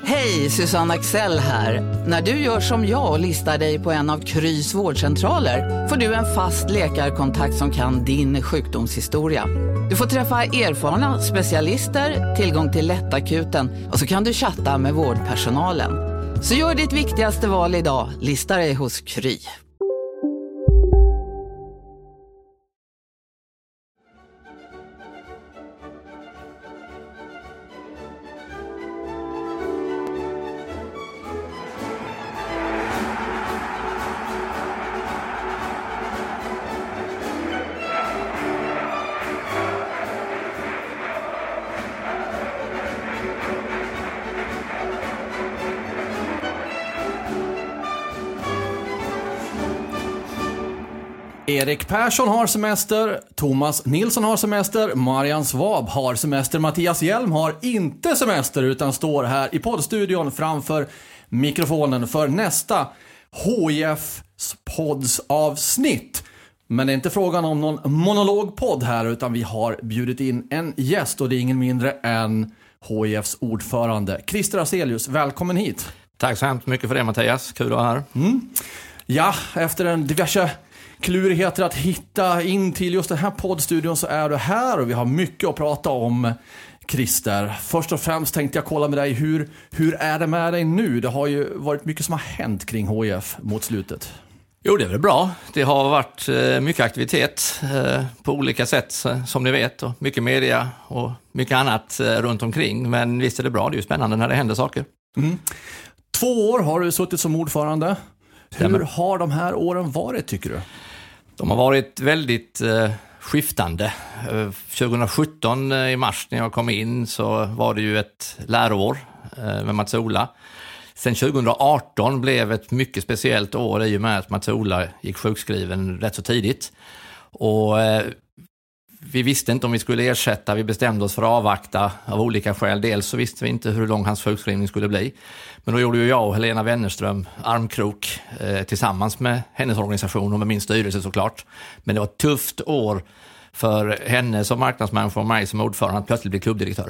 Hej, Susanne Axel här. När du gör som jag och listar dig på en av Krys vårdcentraler får du en fast läkarkontakt som kan din sjukdomshistoria. Du får träffa erfarna specialister, tillgång till lättakuten och så kan du chatta med vårdpersonalen. Så gör ditt viktigaste val idag, lista dig hos Kry. Erik Persson har semester, Thomas Nilsson har semester, Marian Svab har semester, Mattias Hjelm har inte semester utan står här i poddstudion framför mikrofonen för nästa HIF-podds avsnitt. Men det är inte frågan om någon monologpodd här utan vi har bjudit in en gäst och det är ingen mindre än HIFs ordförande Christer Aselius. Välkommen hit. Tack så hemskt mycket för det, Mattias. Kul att vara här. Ja, efter en diverse klurigheter att hitta in till just den här poddstudion så är du här och vi har mycket att prata om, Christer. Först och främst tänkte jag kolla med dig, hur är det med dig nu? Det har ju varit mycket som har hänt kring HIF mot slutet. Jo, det är väl bra. Det har varit mycket aktivitet på olika sätt som ni vet och mycket media och mycket annat runt omkring. Men visst är det bra, det är ju spännande när det händer saker. 2 år har du suttit som ordförande. Hur har de här åren varit, tycker du? De har varit väldigt skiftande. 2017 i mars när jag kom in så var det ju ett läroår med Mats-Ola. Sen 2018 blev ett mycket speciellt år i och med att Mats-Ola gick sjukskriven rätt så tidigt. Och vi visste inte om vi skulle ersätta, vi bestämde oss för att avvakta av olika skäl. Dels så visste vi inte hur lång hans sjukskrivning skulle bli. Men då gjorde ju jag och Helena Wennerström armkrok tillsammans med hennes organisation och med min styrelse såklart. Men det var ett tufft år för henne som marknadsmänniska och mig som ordförande att plötsligt bli klubbdirektör.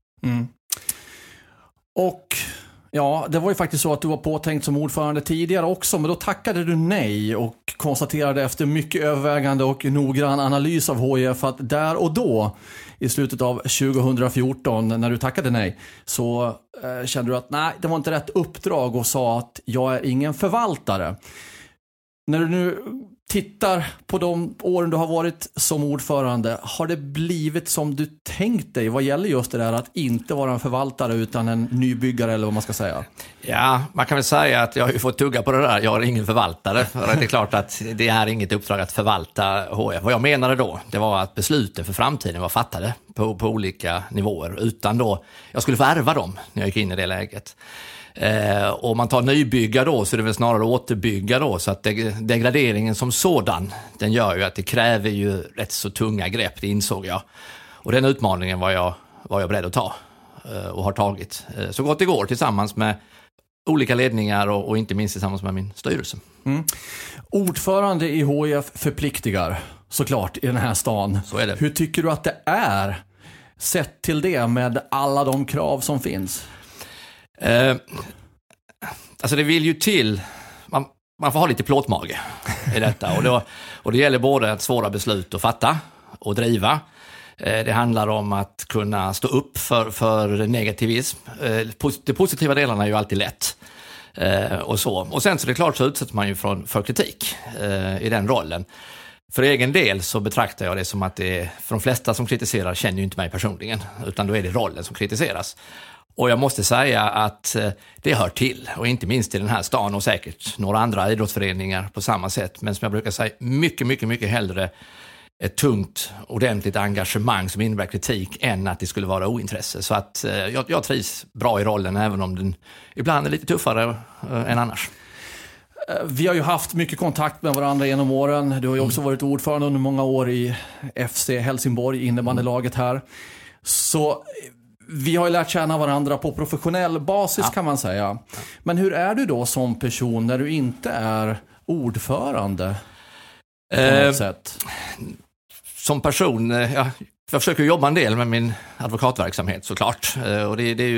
Och ja, det var ju faktiskt så att du var påtänkt som ordförande tidigare också, men då tackade du nej och konstaterade efter mycket övervägande och noggrann analys av HIF att där och då i slutet av 2014 när du tackade nej så kände du att nej, det var inte rätt uppdrag och sa att jag är ingen förvaltare. När du nu tittar på de åren du har varit som ordförande, har det blivit som du tänkt dig vad gäller just det där att inte vara en förvaltare utan en nybyggare eller vad man ska säga? Ja, man kan väl säga att jag har ju fått tugga på det där. Jag är ingen förvaltare. För det är klart att det är inget uppdrag att förvalta HIF. Vad jag menade då, det var att besluten för framtiden var fattade på olika nivåer. Utan då, jag skulle få ärva dem när jag gick in i det läget. Om man tar nybygga då så är det väl snarare återbygga då, så att degraderingen som sådan, den gör ju att det kräver ju rätt så tunga grepp, det insåg jag. Och den utmaningen var jag beredd att ta och har tagit så gott det går tillsammans med olika ledningar och inte minst tillsammans med min styrelse. Ordförande i HIF förpliktigar såklart i den här stan. Så är det. Hur tycker du att det är sett till det med alla de krav som finns? Alltså det vill ju till, man får ha lite plåtmage i detta och det gäller både att svåra beslut att fatta och driva. Det handlar om att kunna stå upp för negativism. De positiva delarna är ju alltid lätt och så. Och sen så är det klart så utsätts man ju för kritik i den rollen. För egen del så betraktar jag det som att det för de flesta som kritiserar känner ju inte mig personligen, utan då är det rollen som kritiseras. Och jag måste säga att det hör till, och inte minst i den här stan och säkert några andra idrottsföreningar på samma sätt. Men som jag brukar säga, mycket hellre ett tungt, ordentligt engagemang som innebär kritik än att det skulle vara ointresse. Så att jag trivs bra i rollen även om den ibland är lite tuffare än annars. Vi har ju haft mycket kontakt med varandra genom åren. Du har ju också varit ordförande under många år i FC Helsingborg, innebandelaget här. Så vi har ju lärt känna varandra på professionell basis kan man säga. Men hur är du då som person när du inte är ordförande på något sätt? Som person, jag försöker jobba en del med min advokatverksamhet såklart. Och det är ju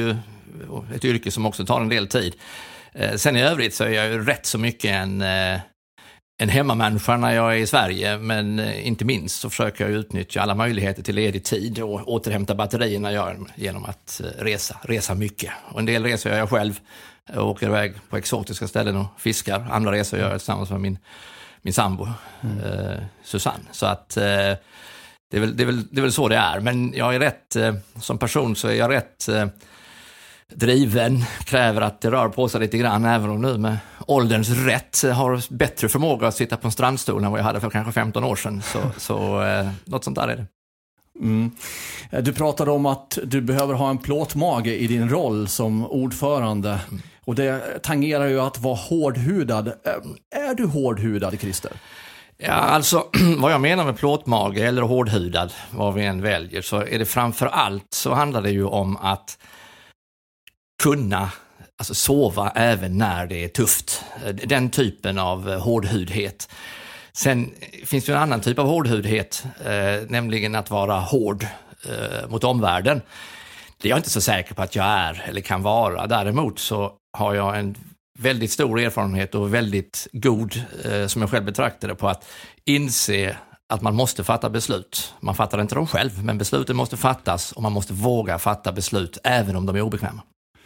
ett yrke som också tar en del tid. Sen i övrigt så är jag ju rätt så mycket en hemmamänniska när jag är i Sverige, men inte minst så försöker jag utnyttja alla möjligheter till ledig tid och återhämta batterierna genom att resa mycket. Och en del resor gör jag själv. Jag åker iväg på exotiska ställen och fiskar. Andra resor gör jag tillsammans med min sambo, Susanne. Så att det är väl så det är. Men jag är rätt, som person så är jag rätt driven, kräver att det rör på sig lite grann, även om nu med ålderns rätt har bättre förmåga att sitta på en strandstol än vad jag hade för kanske 15 år sedan. Så något sånt där är det. Du pratade om att du behöver ha en plåtmage i din roll som ordförande. Och det tangerar ju att vara hårdhudad. Är du hårdhudad, Christer? Ja, alltså vad jag menar med plåtmage eller hårdhudad, vad vi än väljer, så är det framför allt så handlar det ju om att kunna sova även när det är tufft. Den typen av hårdhudhet. Sen finns det en annan typ av hårdhudhet, nämligen att vara hård mot omvärlden. Det är jag inte så säker på att jag är eller kan vara. Däremot så har jag en väldigt stor erfarenhet och väldigt god, som jag själv betraktar det, på att inse att man måste fatta beslut. Man fattar inte dem själv, men besluten måste fattas och man måste våga fatta beslut även om de är obekväma.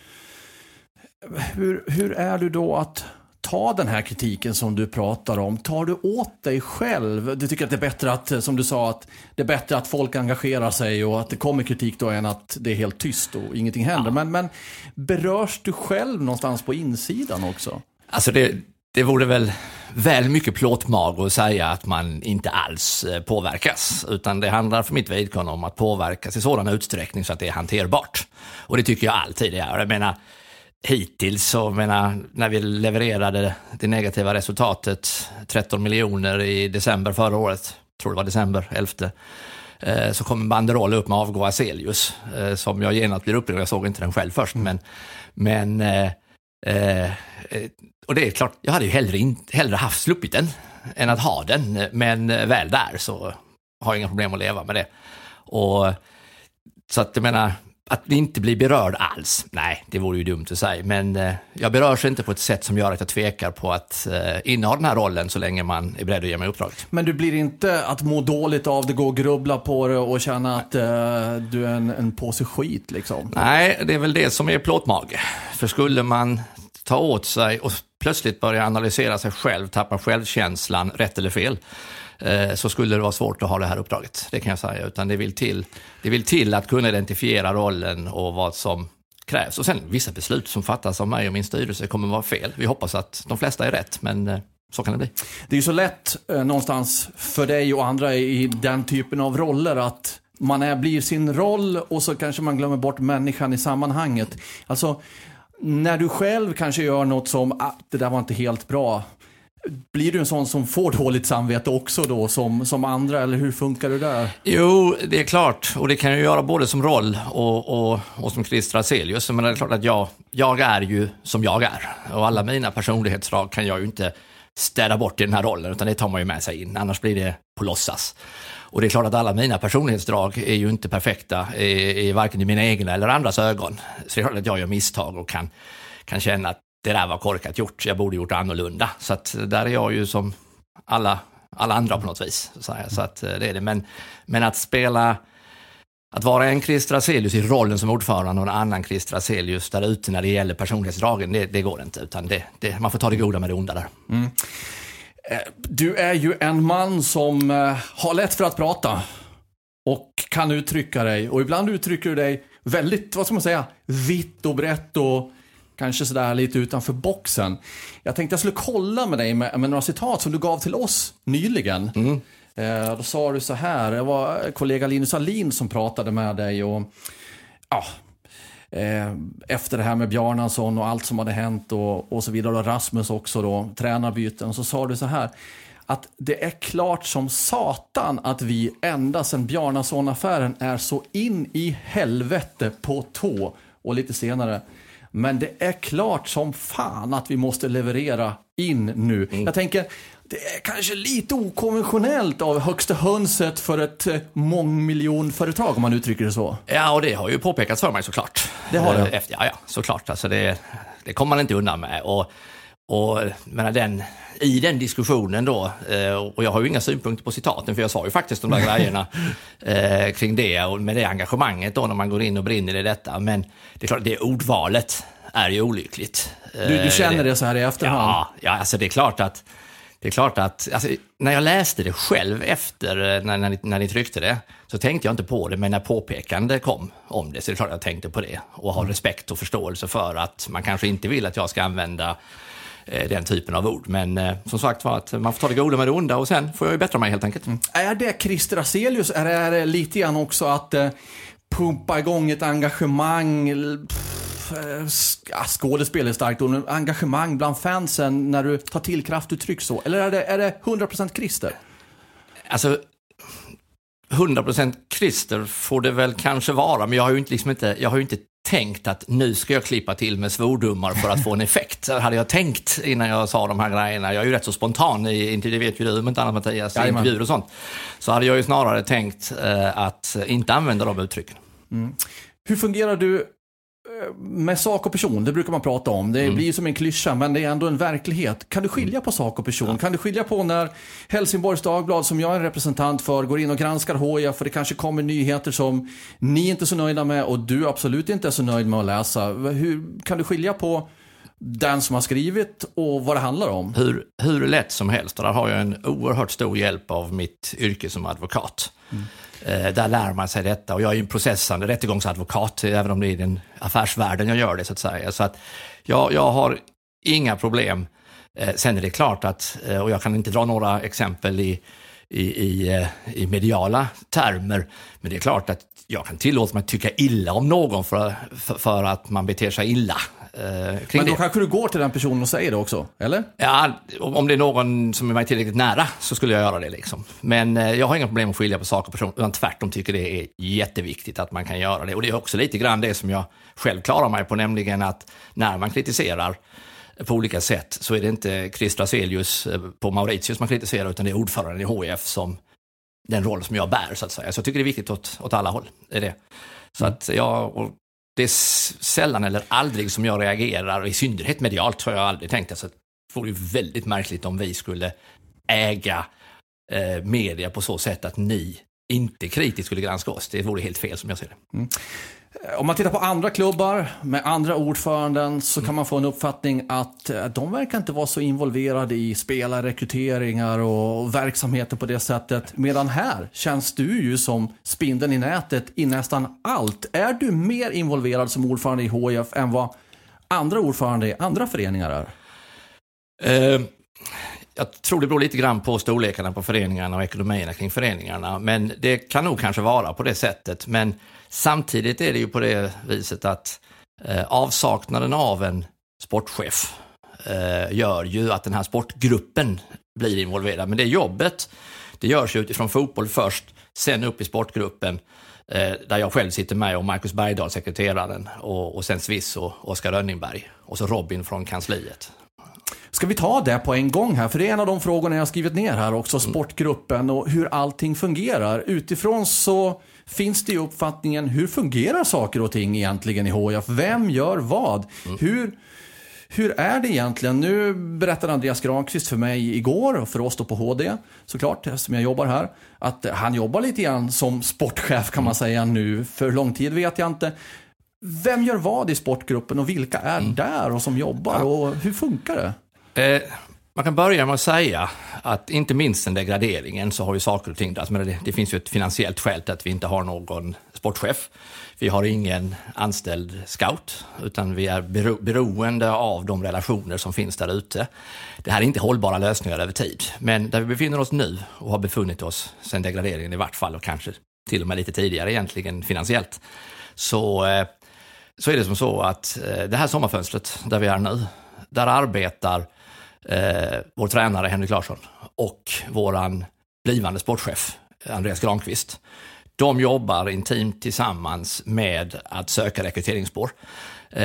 Hur är du då att ta den här kritiken som du pratar om? Tar du åt dig själv? Du tycker att det är bättre att, som du sa, att det är bättre att folk engagerar sig och att det kommer kritik då än att det är helt tyst och ingenting händer. Ja. Men berörs du själv någonstans på insidan också? Alltså det vore väl mycket plåtmag att säga att man inte alls påverkas, utan det handlar för mitt vidkommande om att påverkas i sådan utsträckning så att det är hanterbart. Och det tycker jag alltid det är. Jag menar, hittills så när vi levererade det negativa resultatet 13 miljoner i december förra året, tror det var december 11, så kom en banderoll upp med avgå Azelius, som jag genast blir upprörd. Jag såg inte den själv först, men och det är klart, jag hade ju hellre haft sluppit den än att ha den, men väl där så har jag inga problem att leva med det. Och så att jag menar, att vi inte blir berörd alls, nej, det vore ju dumt att säga. Men jag berörs inte på ett sätt som gör att jag tvekar på att inneha den här rollen så länge man är beredd att ge mig uppdraget. Men du blir inte att må dåligt av det, gå och grubbla på det och känna att du är en påse skit liksom? Nej, det är väl det som är plåtmage. För skulle man ta åt sig och plötsligt börja analysera sig själv, tappa självkänslan, rätt eller fel, så skulle det vara svårt att ha det här uppdraget, det kan jag säga. Utan det vill till att kunna identifiera rollen och vad som krävs. Och sen vissa beslut som fattas av mig och min styrelse kommer vara fel. Vi hoppas att de flesta är rätt, men så kan det bli. Det är ju så lätt någonstans för dig och andra i den typen av roller att man blir sin roll och så kanske man glömmer bort människan i sammanhanget. Alltså, när du själv kanske gör något som det där var inte helt bra, blir du en sån som får dåligt samvete också då som andra, eller hur funkar det där? Jo, det är klart, och det kan jag göra både som roll och som Christer Azelius. Men det är klart att jag är ju som jag är, och alla mina personlighetsdrag kan jag ju inte städa bort i den här rollen, utan det tar man ju med sig in, annars blir det på låtsas. Och det är klart att alla mina personlighetsdrag är ju inte perfekta i varken i mina egna eller andras ögon. Så det är klart att jag gör misstag och kan känna att det där var korkat gjort, jag borde gjort annorlunda. Så att där är jag ju som alla andra på något vis. Så att det är det. Men att vara en Christer Azelius i rollen som ordförande och en annan Christer Azelius där ute när det gäller personlighetsdragen, det går inte. Utan man får ta det goda med det onda där. Mm. Du är ju en man som har lätt för att prata och kan uttrycka dig. Och ibland uttrycker du dig väldigt, vad ska man säga, vitt och brett och kanske sådär lite utanför boxen. Jag tänkte jag skulle kolla med dig med några citat som du gav till oss nyligen. Mm. Då sa du så här, det var kollega Linus Alin som pratade med dig och efter det här med Bjarnason och allt som hade hänt och så vidare, och Rasmus också då, tränarbyten, så sa du så här, att det är klart som satan att vi ända sedan Bjarnason-affären är så in i helvete på tå. Och lite senare, Men det är klart som fan att vi måste leverera in nu. Jag tänker, det är kanske lite okonventionellt av högsta hönset för ett mångmiljonföretag, om man uttrycker det så. Ja, och det har ju påpekats för mig såklart. Det har det? Ja, såklart. Alltså det kommer man inte undan med. Och menar i den diskussionen då, och jag har ju inga synpunkter på citaten, för jag sa ju faktiskt de där grejerna kring det, och med det engagemanget då när man går in och brinner i detta. Men det är klart, det ordvalet är ju olyckligt. Du känner det så här i efterhand? Ja, alltså det är klart att alltså, när jag läste det själv efter när ni tryckte det, så tänkte jag inte på det, men när påpekande kom om det, så är det klart att jag tänkte på det och har respekt och förståelse för att man kanske inte vill att jag ska använda den typen av ord. Men som sagt var, att man får ta det goda med det onda, och sen får jag ju bättra mig helt enkelt. Är det Christer Afzelius? Är det lite grann också att pumpa igång ett engagemang? Skådespel är starkt, men engagemang bland fansen när du tar till kraftuttryck så? Eller är det 100% Christer? Alltså 100% Christer får det väl kanske vara, men jag har ju inte tänkt att nu ska jag klippa till med svordomar för att få en effekt. Så hade jag tänkt innan jag sa de här grejerna. Jag är ju rätt så spontan i intervjuer, det vet ju du, om inte annat Mattias, intervjuer och sånt. Så hade jag ju snarare tänkt att inte använda de uttrycken. Hur fungerar du med sak och person? Det brukar man prata om. Det blir som en klyscha, men det är ändå en verklighet. Kan du skilja på sak och person? Ja. Kan du skilja på när Helsingborgs Dagblad, som jag är representant för, går in och granskar HIF, för det kanske kommer nyheter som ni inte är så nöjda med och du absolut inte är så nöjd med att läsa. Hur kan du skilja på den som har skrivit och vad det handlar om? Hur lätt som helst. Och där har jag en oerhört stor hjälp av mitt yrke som advokat. Där lär man sig detta, och jag är ju en processande rättegångsadvokat, även om det är i den affärsvärlden jag gör det, så att säga. Så att jag har inga problem. Sen är det klart att, och jag kan inte dra några exempel i mediala termer, men det är klart att jag kan tillåta mig att tycka illa om någon för att man beter sig illa. Men då kanske du går till den personen och säger det också, eller? Ja, om det är någon som är mig tillräckligt nära så skulle jag göra det liksom. Men jag har inga problem att skilja på sak och person, utan tvärtom tycker det är jätteviktigt att man kan göra det. Och det är också lite grann det som jag själv klarar mig på, nämligen att när man kritiserar på olika sätt så är det inte Christer Afzelius på Mauritius man kritiserar, utan det är ordföranden i HIF som den roll som jag bär, så att säga. Så jag tycker det är viktigt åt alla håll, är det. Så att det är sällan eller aldrig som jag reagerar, i synnerhet medialt har jag aldrig tänkt. Alltså, det vore ju väldigt märkligt om vi skulle äga media på så sätt att ni inte kritiskt skulle granska oss. Det vore helt fel som jag ser det. Om man tittar på andra klubbar med andra ordföranden så kan man få en uppfattning att de verkar inte vara så involverade i spelarrekryteringar och verksamheter på det sättet. Medan här känns du ju som spindeln i nätet i nästan allt. Är du mer involverad som ordförande i HIF än vad andra ordförande i andra föreningar är? Jag tror det beror lite grann på storlekarna på föreningarna och ekonomierna kring föreningarna. Men det kan nog kanske vara på det sättet. Men samtidigt är det ju på det viset att avsaknaden av en sportchef gör ju att den här sportgruppen blir involverad. Men det jobbet, det görs ju utifrån fotboll först, sen upp i sportgruppen där jag själv sitter med, och Marcus Bergdahl, sekreteraren, och sen Swiss och Oskar Rönningberg och så Robin från kansliet. Ska vi ta det på en gång här? För det är en av de frågorna jag har skrivit ner här också, sportgruppen och hur allting fungerar. Utifrån så finns det ju uppfattningen, hur fungerar saker och ting egentligen i HIF? Vem gör vad? Hur är det egentligen? Nu berättade Andreas Granqvist för mig igår, och för oss då på HD såklart, som jag jobbar här, att han jobbar lite grann som sportchef kan man säga nu. För lång tid vet jag inte. Vem gör vad i sportgruppen och vilka är där och som jobbar, och hur funkar det? Man kan börja med att säga att inte minst den degraderingen så har ju saker och ting där. Men det finns ju ett finansiellt skäl till att vi inte har någon sportchef. Vi har ingen anställd scout, utan vi är beroende av de relationer som finns där ute. Det här är inte hållbara lösningar över tid. Men där vi befinner oss nu och har befunnit oss sedan degraderingen i vart fall, och kanske till och med lite tidigare egentligen finansiellt, så är det som så att det här sommarfönstret där vi är nu, där arbetar vår tränare Henrik Larsson och våran blivande sportchef Andreas Granqvist. De jobbar intimt tillsammans med att söka rekryteringsspår.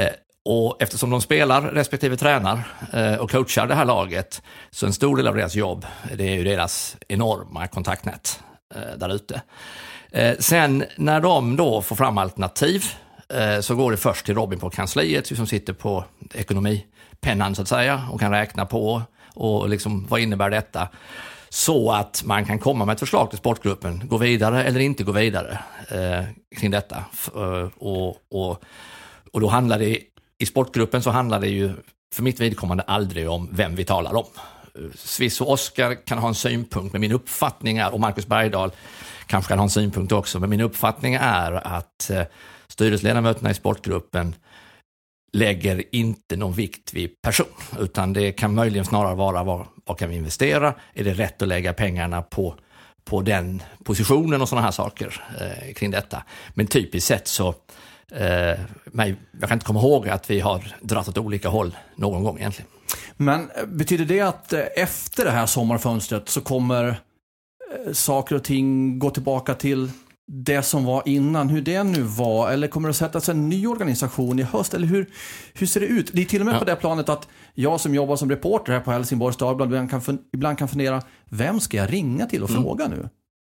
Och eftersom de spelar respektive tränar och coachar det här laget, så en stor del av deras jobb, det är ju deras enorma kontaktnät där ute. Sen när de då får fram alternativ, så går det först till Robin på kansliet som sitter på ekonomipennan så att säga och kan räkna på och liksom vad innebär detta, så att man kan komma med ett förslag till sportgruppen, gå vidare eller inte gå vidare kring detta. Och då handlar det i sportgruppen, så handlar det ju för mitt vidkommande aldrig om vem vi talar om. Swiss och Oskar kan ha en synpunkt, med min uppfattning är, och Marcus Bergdahl kanske kan ha en synpunkt också, men min uppfattning är att styrelseledamöterna i sportgruppen lägger inte någon vikt vid person, utan det kan möjligen snarare vara vad kan vi investera, är det rätt att lägga pengarna på den positionen och sådana här saker kring detta. Men typiskt sett så jag kan inte komma ihåg att vi har dragit åt olika håll någon gång egentligen. Men betyder det att efter det här sommarfönstret så kommer saker och ting gå tillbaka till det som var innan, hur det nu var, eller kommer det att sättas en ny organisation i höst, eller hur ser det ut? Det är till och med på det planet att jag som jobbar som reporter här på Helsingborgs Dagblad ibland kan fundera, vem ska jag ringa till och fråga nu?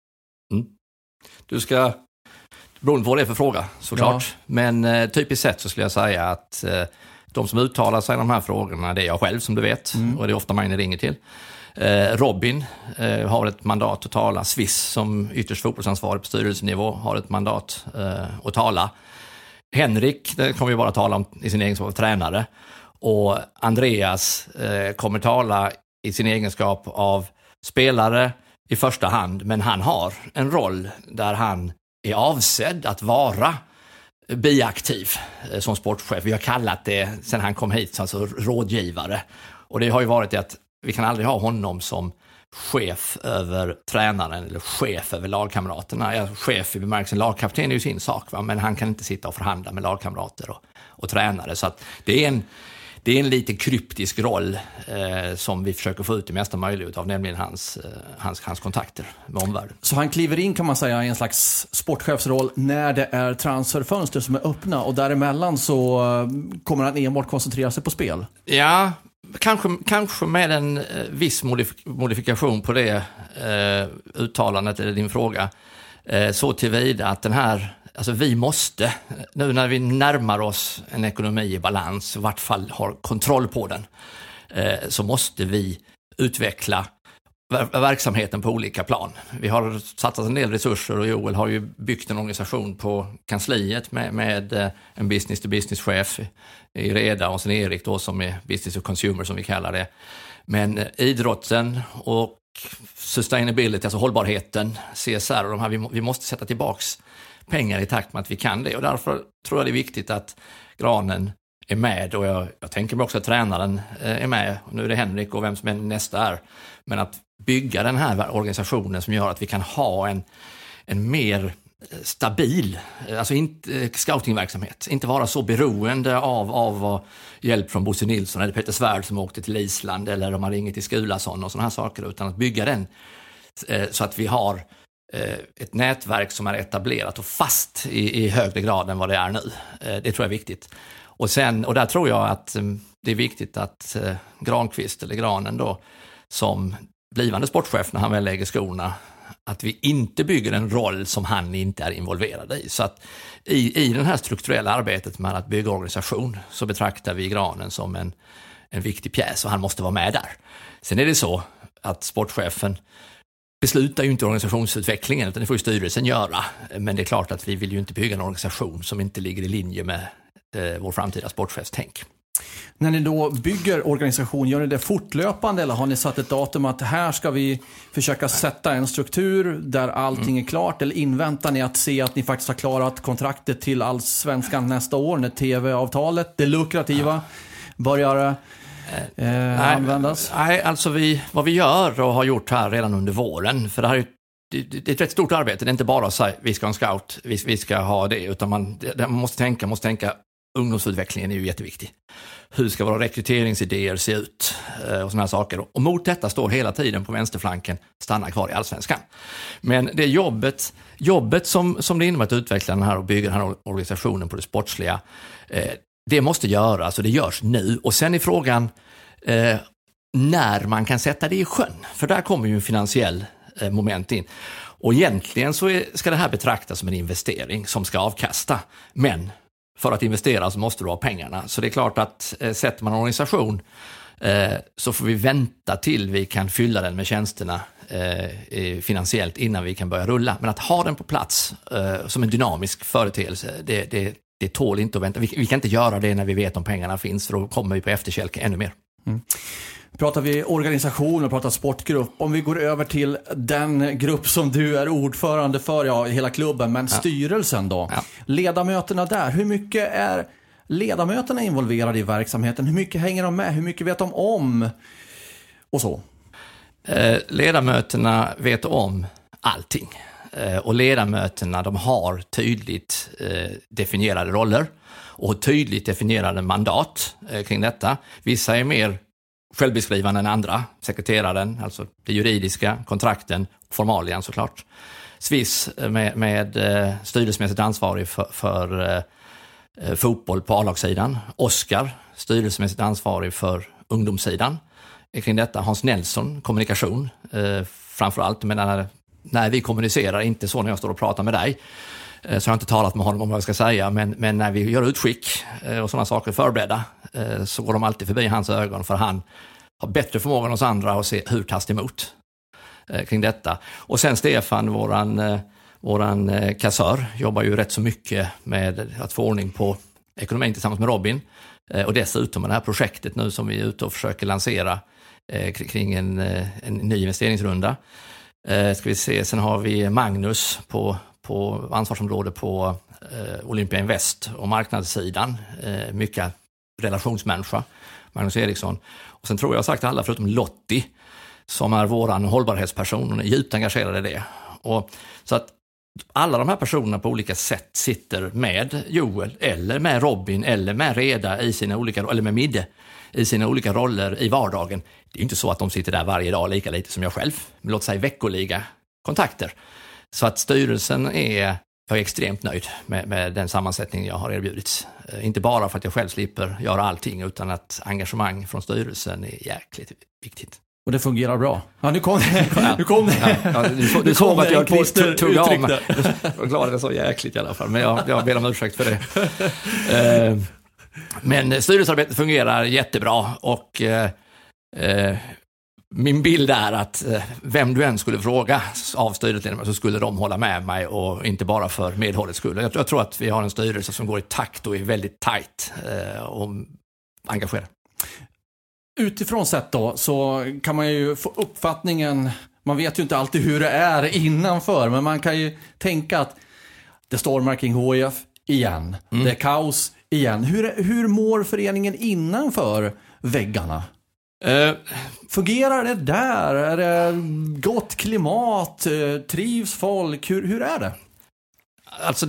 Du ska, beroende på vad det är för fråga såklart, men typiskt sett så skulle jag säga att de som uttalar sig i de här frågorna, det är jag själv som du vet, och det är ofta mig ni ringer till. Robin har ett mandat att tala. Swiss som ytterst fotbollsansvarig på styrelsenivå har ett mandat att tala. Henrik, det kommer vi bara tala om i sin egenskap av tränare. Och Andreas kommer tala i sin egenskap av spelare i första hand, men han har en roll där han är avsedd att vara biaktiv som sportchef. Vi har kallat det, sen han kom hit, alltså rådgivare. Och det har ju varit att vi kan aldrig ha honom som chef över tränaren eller chef över lagkamraterna. Chef i bemärkelsen lagkapten är ju sin sak, va? Men han kan inte sitta och förhandla med lagkamrater och tränare. Så att det är en lite kryptisk roll som vi försöker få ut det mesta möjligt av, nämligen hans kontakter med omvärlden. Så han kliver in, kan man säga, i en slags sportchefsroll när det är transferfönster som är öppna, och däremellan så kommer han enbart koncentrera sig på spel? Ja, kanske med en viss modifikation på det uttalandet eller din fråga, så tillvida att den här, alltså vi måste, nu när vi närmar oss en ekonomi i balans, i vart fall har kontroll på den, så måste vi utveckla verksamheten på olika plan. Vi har satsat en del resurser och Joel har ju byggt en organisation på kansliet med en business-to-business-chef i Reda och sen Erik då som är business-to-consumer som vi kallar det. Men idrotten och sustainability, alltså hållbarheten, CSR och de här, vi måste sätta tillbaks pengar i takt med att vi kan det, och därför tror jag det är viktigt att Granen är med, och jag tänker mig också att tränaren är med, nu är det Henrik och vem som är nästa är, men att bygga den här organisationen som gör att vi kan ha en mer stabil, alltså inte scoutingverksamhet, inte vara så beroende av hjälp från Bosse Nilsson eller Peter Svärd som åkte till Island, eller om man ringer till Skulason och sådana här saker, utan att bygga den så att vi har ett nätverk som är etablerat och fast i högre grad än vad det är nu. Det tror jag är viktigt. Och där tror jag att det är viktigt att Granqvist eller Granen då, som blivande sportchef när han väl lägger skorna, att vi inte bygger en roll som han inte är involverad i. Så att i det här strukturella arbetet med att bygga organisation så betraktar vi Granen som en viktig pjäs, och han måste vara med där. Sen är det så att sportchefen beslutar ju inte organisationsutvecklingen, utan det får ju styrelsen göra. Men det är klart att vi vill ju inte bygga en organisation som inte ligger i linje med vår framtida sportchefstänk. När ni då bygger organisation, gör ni det fortlöpande, eller har ni satt ett datum att här ska vi försöka sätta en struktur där allting är klart, eller inväntar ni att se att ni faktiskt har klarat kontraktet till Allsvenskan nästa år när TV-avtalet, det lukrativa, börjar användas? Nej, alltså vad vi gör och har gjort här redan under våren, för det här är ett rätt stort arbete. Det är inte bara att säga vi ska ha en scout, vi ska ha det, utan man måste tänka ungdomsutvecklingen är ju jätteviktig. Hur ska våra rekryteringsidéer se ut och såna här saker. Och mot detta står hela tiden på vänsterflanken stanna kvar i Allsvenskan. Men det jobbet som det innebär att utveckla den här och bygga den här organisationen på det sportsliga, det måste göras och det görs nu. Och sen är frågan när man kan sätta det i sjön. För där kommer ju en finansiell moment in. Och egentligen så ska det här betraktas som en investering som ska avkasta. Men för att investera så måste du ha pengarna. Så det är klart att sätter man en organisation så får vi vänta till vi kan fylla den med tjänsterna finansiellt innan vi kan börja rulla. Men att ha den på plats som en dynamisk företeelse, det tål inte att vänta. Vi kan inte göra det när vi vet om pengarna finns, för då kommer vi på efterkälke ännu mer. Pratar vi organisation och pratar sportgrupp, om vi går över till den grupp som du är ordförande för, hela klubben, men styrelsen då. Ja. Ledamöterna där, hur mycket är ledamöterna involverade i verksamheten? Hur mycket hänger de med? Hur mycket vet de om? Och så. Ledamöterna vet om allting. Och ledamöterna, de har tydligt definierade roller och tydligt definierade mandat kring detta. Vissa är mer självbeskrivande än andra. Sekreteraren, alltså det juridiska, kontrakten, formalian såklart. Swiss med styrelsemässigt ansvarig för fotboll på A-lagssidan. Oskar, styrelsemässigt ansvarig för ungdomssidan. Kring detta Hans Nelson, kommunikation framförallt. Men när vi kommunicerar, inte så när jag står och pratar med dig, så har jag inte talat med honom om vad jag ska säga, men när vi gör utskick och sådana saker förberedda, så går de alltid förbi hans ögon, för han har bättre förmåga än oss andra att se hur tas det emot kring detta. Och sen Stefan, våran kassör, jobbar ju rätt så mycket med att få ordning på ekonomin tillsammans med Robin, och dessutom med det här projektet nu som vi är ute och försöker lansera kring en ny investeringsrunda. Ska vi se, sen har vi Magnus på ansvarsområde på Olympia Invest och marknadssidan, mycket relationsmänniska, Magnus Eriksson. Och sen tror jag sagt alla förutom Lottie, som är våran hållbarhetsperson, och är djupt engagerad i det. Och så att alla de här personerna på olika sätt sitter med Joel eller med Robin eller med Reda i sina olika, eller med Midde i sina olika roller i vardagen. Det är inte så att de sitter där varje dag lika lite som jag själv, men låt säga veckoliga kontakter. Så att styrelsen jag är extremt nöjd med den sammansättning jag har erbjudits. Inte bara för att jag själv slipper göra allting, utan att engagemang från styrelsen är jäkligt viktigt. Och det fungerar bra. Ja, nu kom det. Du såg att jag tog av mig. Jag var glad att det så jäkligt i alla fall, men jag ber om ursäkt för det. Men styrelsearbetet fungerar jättebra, och min bild är att vem du än skulle fråga av styrelsen så skulle de hålla med mig, och inte bara för medhållets skull. Jag tror att vi har en styrelse som går i takt och är väldigt tajt och engagerad. Utifrån sett då så kan man ju få uppfattningen, man vet ju inte alltid hur det är innanför, men man kan ju tänka att det stormar kring HIF igen. Det är kaos igen. Hur mår föreningen innanför väggarna? Fungerar det där? Är det gott klimat? Trivs folk? Hur är det? Alltså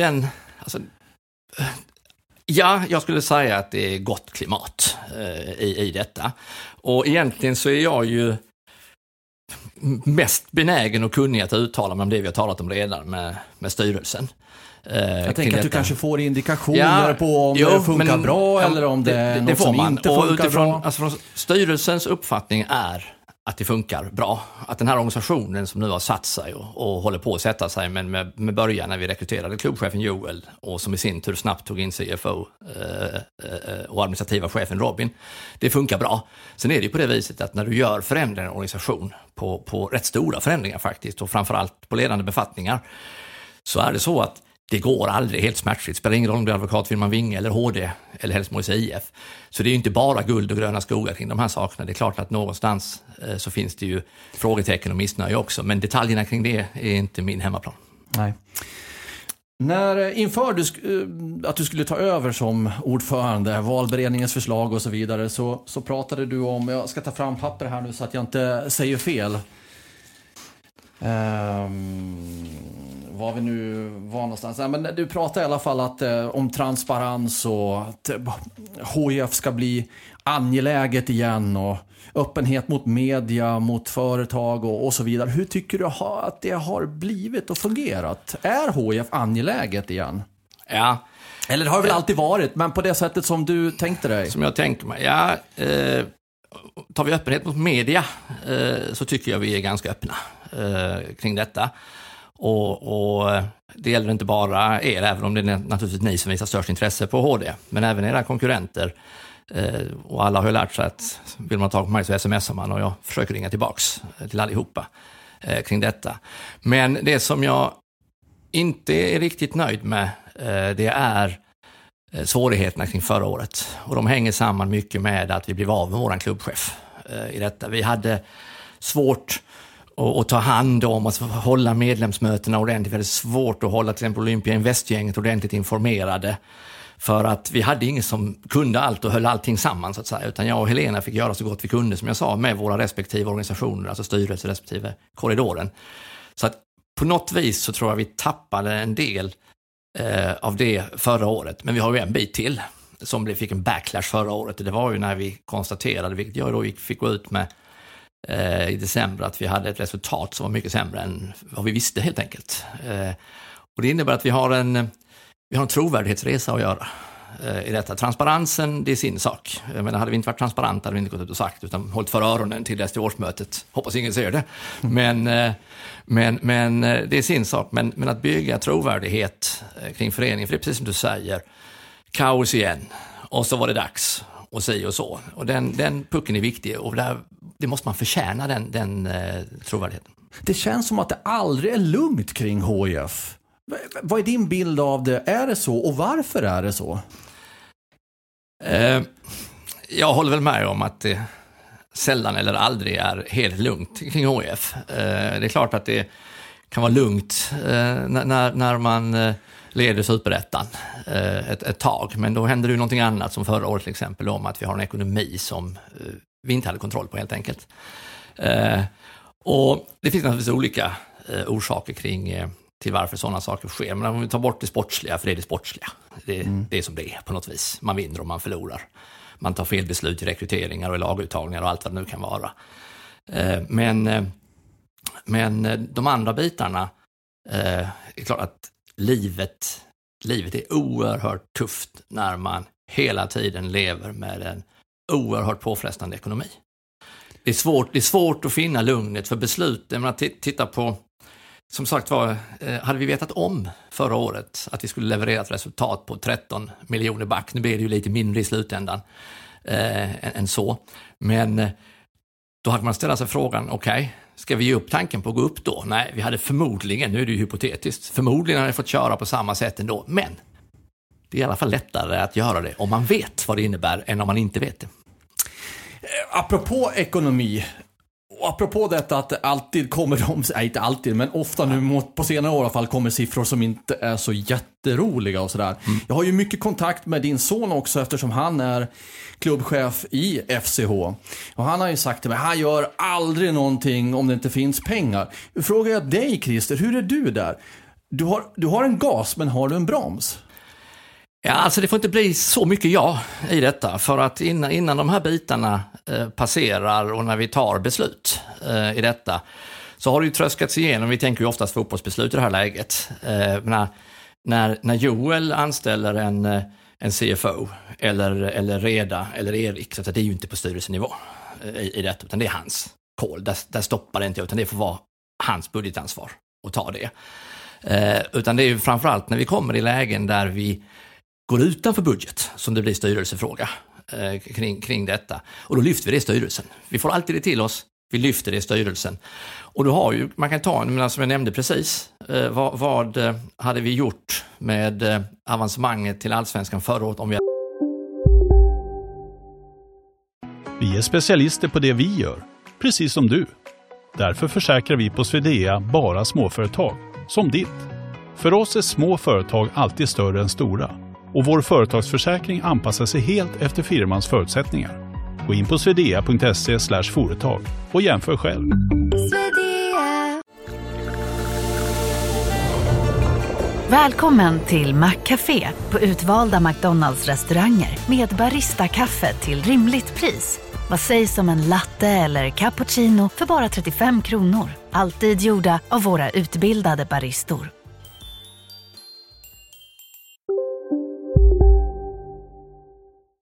ja, jag skulle säga att det är gott klimat i detta. Och egentligen så är jag ju mest benägen och kunnig att uttala mig om det vi har talat om redan med styrelsen. Jag tänker att du kanske får indikationer på om det funkar bra eller om det är något som inte funkar bra. Alltså från styrelsens uppfattning är att det funkar bra. Att den här organisationen som nu har satt sig och håller på att sätta sig, men med början när vi rekryterade klubbchefen Joel, och som i sin tur snabbt tog in CFO och administrativa chefen Robin, det funkar bra. Sen är det ju på det viset att när du gör förändringar i en organisation, på rätt stora förändringar faktiskt, och framförallt på ledande befattningar, så är det så att det går aldrig helt smärtfritt. Spelar ingen roll om det är advokatfirman Vinge eller HD eller Helsingborgs IF. Så det är ju inte bara guld och gröna skogar kring de här sakerna. Det är klart att någonstans så finns det ju frågetecken och missnöje också. Men detaljerna kring det är inte min hemmaplan. Nej. När inför att du skulle ta över som ordförande, valberedningens förslag och så vidare, så pratade du om, jag ska ta fram papper här nu så att jag inte säger fel. Var vi nu var någonstans. Men du pratar i alla fall om transparens och att HIF ska bli angeläget igen, och öppenhet mot media, mot företag och så vidare. Hur tycker du att det har blivit och fungerat? Är HIF angeläget igen? Ja, Eller har det väl alltid varit, men på det sättet som du tänkte dig? Som jag tänker mig, ja. Tar vi öppenhet mot media så tycker jag vi är ganska öppna kring detta. Och det gäller inte bara er, även om det är naturligtvis ni som visar störst intresse på HD, men även era konkurrenter. Och alla har ju lärt sig att vill man ta på mig så smsar man, och jag försöker ringa tillbaks till allihopa kring detta. Men det som jag inte är riktigt nöjd med, det är svårigheterna kring förra året. Och de hänger samman mycket med att vi blev av med våran klubbchef i detta. Vi hade svårt att ta hand om att hålla medlemsmötena ordentligt. Vi hade svårt att hålla till exempel Olympia Invest-gänget ordentligt informerade. För att vi hade ingen som kunde allt och höll allting samman så att säga. Utan jag och Helena fick göra så gott vi kunde, som jag sa, med våra respektive organisationer, alltså styrelse respektive korridoren. Så att på något vis så tror jag vi tappade en del av det förra året. Men vi har ju en bit till som fick en backlash förra året. Det var ju när vi konstaterade, vilket jag då fick gå ut med i december, att vi hade ett resultat som var mycket sämre än vad vi visste helt enkelt. Och det innebär att vi har en trovärdighetsresa att göra i detta. Transparensen, det är sin sak. Jag menar, hade vi inte varit transparenta hade vi inte gått ut och sagt, utan hållit för öronen till dess till årsmötet. Hoppas ingen ser det. Men det är sin sak. Men att bygga trovärdighet kring föreningen, för det är precis som du säger, kaos igen. Och så var det dags. Och så. Och den pucken är viktig, och det måste man förtjäna, den trovärdigheten. Det känns som att det aldrig är lugnt kring HIF. Vad är din bild av det? Är det så, och varför är det så? Jag håller väl med om att det sällan eller aldrig är helt lugnt kring HIF. Det är klart att det kan vara lugnt när man leder Superettan ett tag. Men då händer det ju någonting annat, som förra året till exempel, om att vi har en ekonomi som vi inte hade kontroll på helt enkelt. Och det finns naturligtvis olika orsaker till varför sådana saker sker. Men om vi tar bort det sportsliga, för det är det sportsliga. Det är som det är på något vis. Man vinner och man förlorar. Man tar fel beslut i rekryteringar och i laguttagningar och allt vad det nu kan vara. Men de andra bitarna, är klart att livet är oerhört tufft när man hela tiden lever med en oerhört påfrestande ekonomi. Det är svårt att finna lugnet för beslut. Man tittar på, som sagt var, hade vi vetat om förra året att vi skulle leverera ett resultat på 13 miljoner back. Nu blir det ju lite mindre i slutändan än så. Men då hade man ställt sig frågan, okej, ska vi ge upp tanken på att gå upp då? Nej, vi hade förmodligen, nu är det ju hypotetiskt, förmodligen hade vi fått köra på samma sätt ändå. Men det är i alla fall lättare att göra det om man vet vad det innebär än om man inte vet det. Apropå ekonomi, och apropå detta att det alltid kommer inte alltid, men ofta nu på senare år i alla fall kommer siffror som inte är så jätteroliga och sådär. Jag har ju mycket kontakt med din son också, eftersom han är klubbchef i FCH. Och han har ju sagt till mig, han gör aldrig någonting om det inte finns pengar. Frågar jag dig, Christer, hur är du där? Du har en gas, men har du en broms? Ja, alltså det får inte bli så mycket i detta, för att innan de här bitarna passerar och när vi tar beslut i detta, så har det ju tröskats igenom. Vi tänker ju oftast fotbollsbeslut i det här läget. När Joel anställer en CFO eller Reda eller Erik, så att det är ju inte på styrelsenivå i detta, utan det är hans call. Där stoppar det inte, utan det får vara hans budgetansvar att ta det. Utan det är ju framförallt när vi kommer i lägen där vi går utanför budget som det blir styrelsefråga kring detta. Och då lyfter vi det i styrelsen. Vi får alltid det till oss, vi lyfter det i styrelsen. Och då har ju, man kan ta, som jag nämnde precis, vad hade vi gjort med avancemanget till Allsvenskan förra året om vi... Vi är specialister på det vi gör, precis som du. Därför försäkrar vi på Swedea bara småföretag, som ditt. För oss är små företag alltid större än stora. Och vår företagsförsäkring anpassar sig helt efter firmans förutsättningar. Gå in på swedea.se/företag och jämför själv. Välkommen till Maccafé på utvalda McDonalds-restauranger med barista-kaffe till rimligt pris. Vad sägs om en latte eller cappuccino för bara 35 kronor? Alltid gjorda av våra utbildade baristor.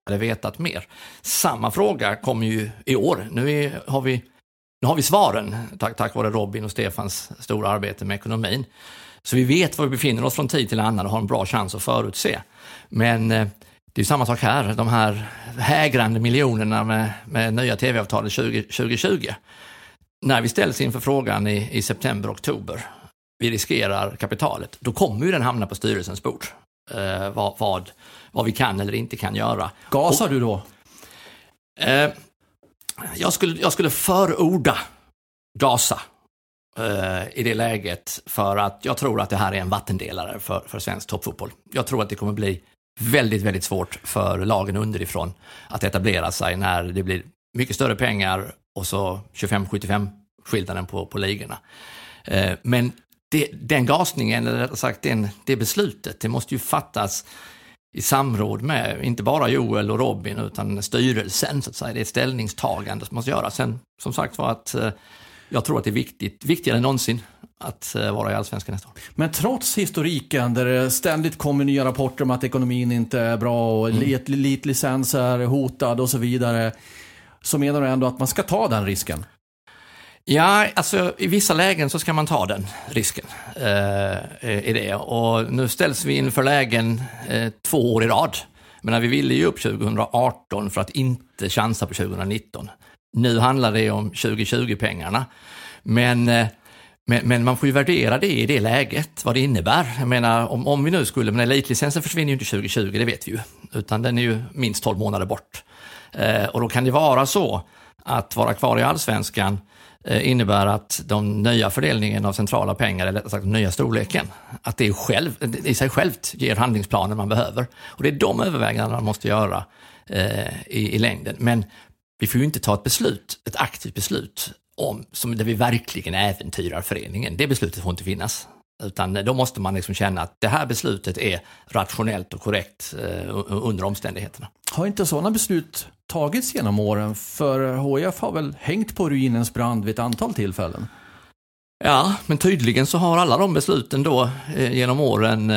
hade vetat mer. Samma fråga kommer ju i år. Nu har vi svaren tack vare Robin och Stefans stora arbete med ekonomin. Så vi vet var vi befinner oss från tid till annan och har en bra chans att förutse. Men det är samma sak här. De här hägrande miljonerna med nya tv-avtalet 2020. När vi ställs inför frågan i september-oktober, vi riskerar kapitalet, då kommer ju den hamna på styrelsens bord. Vad vi kan eller inte kan göra. Gasar du då? Jag skulle förorda gasa i det läget, för att jag tror att det här är en vattendelare för svensk toppfotboll. Jag tror att det kommer bli väldigt, väldigt svårt för lagen underifrån att etablera sig när det blir mycket större pengar och så 25-75 skillnaden på ligorna. Men den gasningen, eller rättare sagt det beslutet, det måste ju fattas i samråd med inte bara Joel och Robin utan styrelsen, så att säga. Det är ett ställningstagande som måste göras. Sen, som sagt var, att jag tror att det är viktigare än någonsin att vara i Allsvenskan nästa år. Men trots historiken där det ständigt kommer nya rapporter om att ekonomin inte är bra och elitlicens är hotad och så vidare, så menar du ändå att man ska ta den risken? Ja, alltså i vissa lägen så ska man ta den risken i det. Och nu ställs vi inför lägen 2 år i rad. Men vi ville ju upp 2018 för att inte chansa på 2019. Nu handlar det om 2020-pengarna. Men man får ju värdera det i det läget, vad det innebär. Jag menar, om vi nu skulle, men elitlicensen försvinner ju inte 2020, det vet vi ju. Utan den är ju minst 12 månader bort. Och då kan det vara så att vara kvar i Allsvenskan innebär att de nya fördelningen av centrala pengar, eller sagt nya storleken, att det i sig självt ger handlingsplanen man behöver. Och det är de överväganden man måste göra i längden. Men vi får ju inte ta ett aktivt beslut där vi verkligen äventyrar föreningen. Det beslutet får inte finnas. Utan då måste man liksom känna att det här beslutet är rationellt och korrekt under omständigheterna. Har inte sådana beslut tagits genom åren? För HIF har väl hängt på ruinens brand vid ett antal tillfällen? Ja, men tydligen så har alla de besluten då genom åren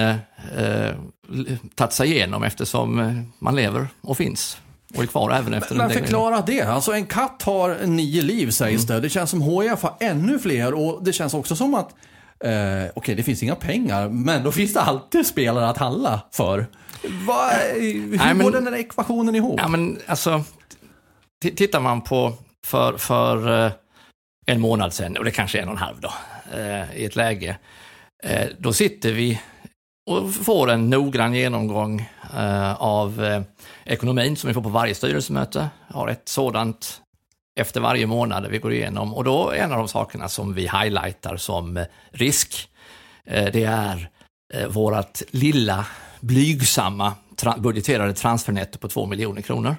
tagit sig igenom, eftersom man lever och finns och är kvar även efter. Men förklara det. Alltså en katt har 9 liv, sägs det. Det känns som HIF har ännu fler, och det känns också som att okej, det finns inga pengar, men då finns det alltid spelare att handla för. Hur går den här ekvationen ihop? Ja, men alltså, tittar man på för en månad sedan, och det kanske är 1,5 då, i ett läge, då sitter vi och får en noggrann genomgång av ekonomin som vi får på varje styrelsemöte. Har ett sådant efter varje månad vi går igenom, och då är en av de sakerna som vi highlightar som risk, det är vårat lilla blygsamma budgeterade transfernetto på 2 miljoner kronor.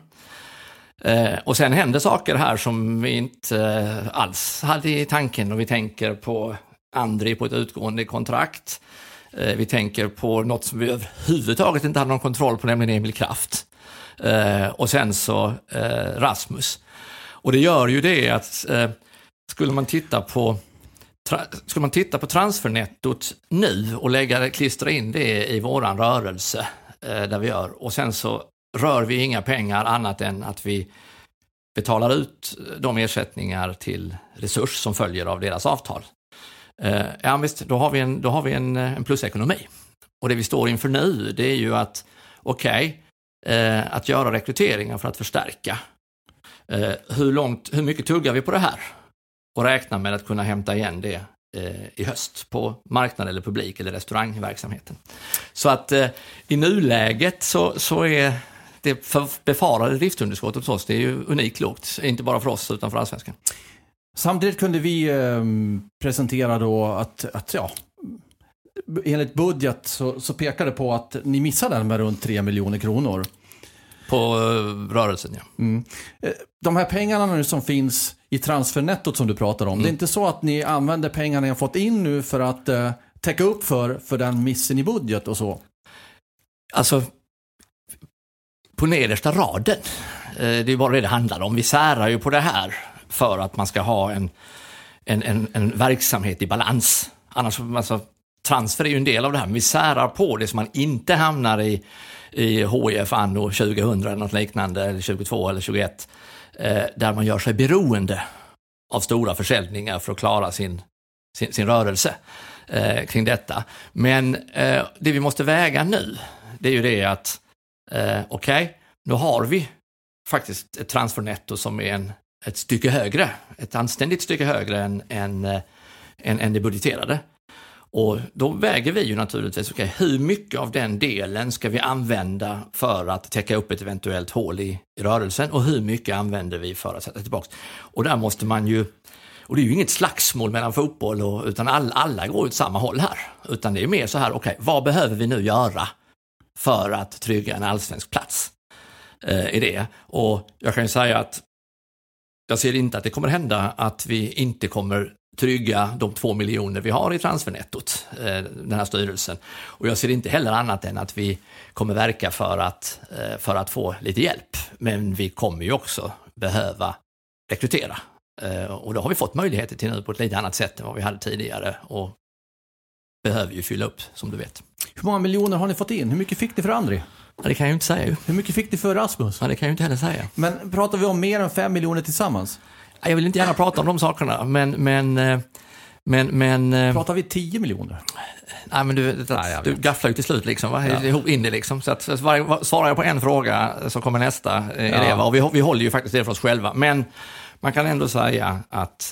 Och sen händer saker här som vi inte alls hade i tanken, och vi tänker på Andri på ett utgående kontrakt. Vi tänker på något som vi överhuvudtaget inte hade någon kontroll på, nämligen Emil Kraft. Och sen så Rasmus. Och det gör ju det att skulle man titta på transfernettot nu och klistra in det i våran rörelse där vi gör, och sen så rör vi inga pengar annat än att vi betalar ut de ersättningar till Resurs som följer av deras avtal. Ja visst, då har vi en plusekonomi. Och det vi står inför nu, det är ju att att göra rekryteringar för att förstärka. Hur mycket tuggar vi på det här? Och räkna med att kunna hämta igen det i höst på marknad eller publik eller restaurangverksamheten. Så att i nuläget så är det befarade driftunderskottet hos oss, det är ju unikt lågt. Inte bara för oss utan för Allsvenskan. Samtidigt kunde vi presentera då att enligt budget så pekade på att ni missade den med runt 3 miljoner kronor. På rörelsen, ja. Mm. De här pengarna nu som finns i transfernettot som du pratar om, det är inte så att ni använder pengarna ni har fått in nu för att täcka upp för den missen i budget och så? Alltså, på nedersta raden, det är bara det handlar om. Vi särar ju på det här för att man ska ha en verksamhet i balans. Annars, alltså, transfer är ju en del av det här, men vi särar på det så man inte hamnar i HIF anno 2000 eller något liknande, eller 22 eller 21, där man gör sig beroende av stora försäljningar för att klara sin rörelse kring detta. Men det vi måste väga nu, det är ju det att nu har vi faktiskt ett transfernetto som är ett stycke högre, ett anständigt stycke högre än det budgeterade. Och då väger vi ju naturligtvis, hur mycket av den delen ska vi använda för att täcka upp ett eventuellt hål i rörelsen, och hur mycket använder vi för att sätta tillbaka. Och där måste man ju, och det är ju inget slagsmål mellan fotboll utan alla går åt samma håll här, utan det är mer så här, vad behöver vi nu göra för att trygga en allsvensk plats i det. Och jag kan ju säga att jag ser inte att det kommer hända att vi inte kommer trygga de 2 miljoner vi har i transfernettot, den här styrelsen. Och jag ser inte heller annat än att vi kommer verka för att få lite hjälp. Men vi kommer ju också behöva rekrytera. Och då har vi fått möjligheter till nu på ett lite annat sätt än vad vi hade tidigare, och behöver ju fylla upp, som du vet. Hur många miljoner har ni fått in? Hur mycket fick ni för Andri? Ja, det kan jag ju inte säga ju. Hur mycket fick ni för Rasmus? Ja, det kan jag ju inte heller säga. Men pratar vi om mer än 5 miljoner tillsammans? Jag vill inte gärna prata om de sakerna, men pratar vi 10 miljoner? Nej, men du gafflar ju till slut liksom, va? Ja. Ihop in det liksom. Så att svarar jag på en fråga så kommer nästa eleva. Och vi håller ju faktiskt det för oss själva. Men man kan ändå säga att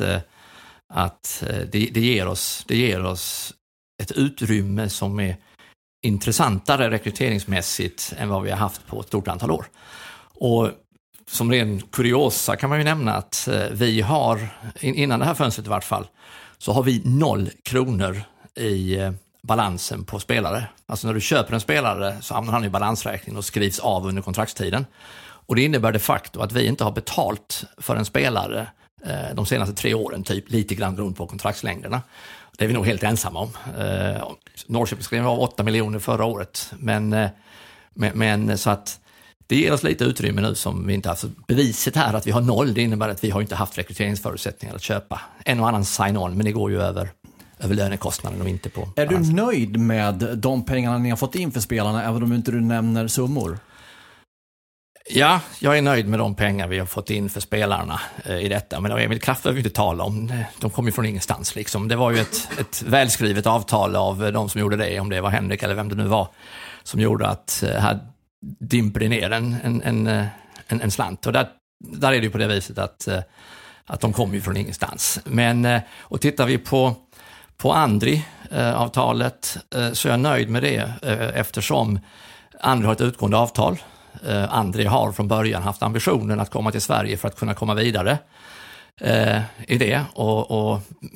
det ger oss ett utrymme som är intressantare rekryteringsmässigt än vad vi har haft på ett stort antal år. Och som ren kuriosa kan man ju nämna att vi har, innan det här fönstret i vart fall, så har vi 0 kronor i balansen på spelare. Alltså när du köper en spelare så hamnar han i balansräkningen och skrivs av under kontraktstiden. Och det innebär de facto att vi inte har betalt för en spelare de senaste 3 åren, typ lite grann beroende på kontraktslängderna. Det är vi nog helt ensamma om. Norrköping skrev av 8 miljoner förra året. Men så att det ger oss lite utrymme nu som vi inte har. Så beviset här att vi har 0, det innebär att vi har inte haft rekryteringsförutsättningar att köpa en och annan sign-on, men det går ju över lönekostnaden och inte på. Är du nöjd med de pengarna ni har fått in för spelarna, även om inte du nämner summor? Ja, jag är nöjd med de pengar vi har fått in för spelarna i detta. Men Emil Kraft behöver vi inte tala om. De kom ju från ingenstans liksom. Det var ju ett välskrivet avtal av de som gjorde det, om det var Henrik eller vem det nu var, som gjorde att här dimper det ner en slant. Och där är det ju på det viset att de kommer ju från ingenstans. Men, och tittar vi på Andri-avtalet så är jag nöjd med det, eftersom Andri har ett utgående avtal. Andri har från början haft ambitionen att komma till Sverige för att kunna komma vidare i det, och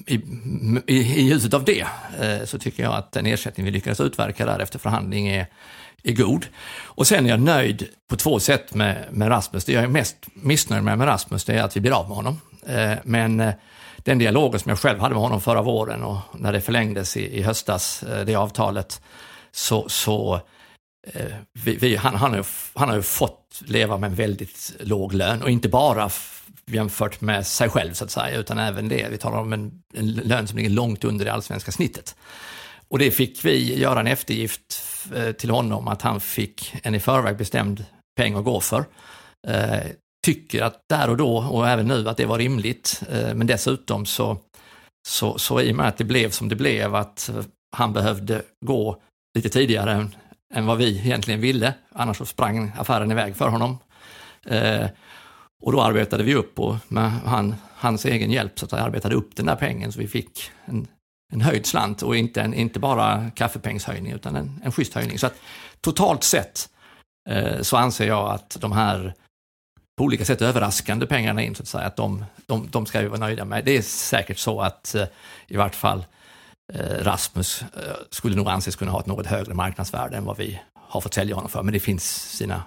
i ljuset av det så tycker jag att den ersättning vi lyckades utverka där efter förhandling är god. Och sen är jag nöjd på 2 sätt med Rasmus. Det jag är mest missnöjd med Rasmus, det är att vi blir av med honom. Men den dialogen som jag själv hade med honom förra våren, och när det förlängdes i höstas, det avtalet, så han har ju fått leva med en väldigt låg lön, och inte bara jämfört med sig själv så att säga, utan även det. Vi talar om en lön som ligger långt under det allsvenska snittet. Och det fick vi göra en eftergift till honom, att han fick en i förväg bestämd peng att gå för. Tycker att där och då, och även nu, att det var rimligt. Men dessutom så i och med att det blev som det blev, att han behövde gå lite tidigare än vad vi egentligen ville. Annars så sprang affären iväg för honom. Och då arbetade vi upp, och med hans egen hjälp så att jag arbetade upp den där pengen, så vi fick en höjd slant, och inte bara kaffepengshöjning utan en schysst höjning. Så att totalt sett så anser jag att de här på olika sätt överraskande pengarna in, så att säga, att de ska vi vara nöjda med. Det är säkert så att i vart fall Rasmus skulle nog anses kunna ha ett något högre marknadsvärde än vad vi har fått sälja honom för, men det finns sina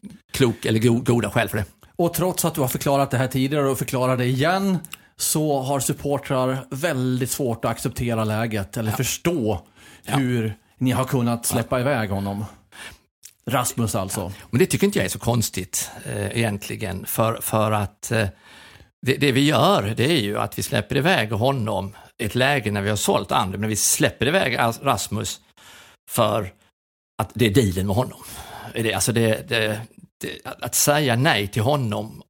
goda skäl för det. Och trots att du har förklarat det här tidigare och förklarar det igen, så har supportrar väldigt svårt att acceptera läget eller förstå hur ni har kunnat släppa iväg honom. Rasmus alltså. Men det tycker inte jag är så konstigt egentligen, för att det vi gör, det är ju att vi släpper iväg honom ett läge när vi har sålt André, men vi släpper iväg Rasmus för att det är dealen med honom. Alltså att säga nej till honom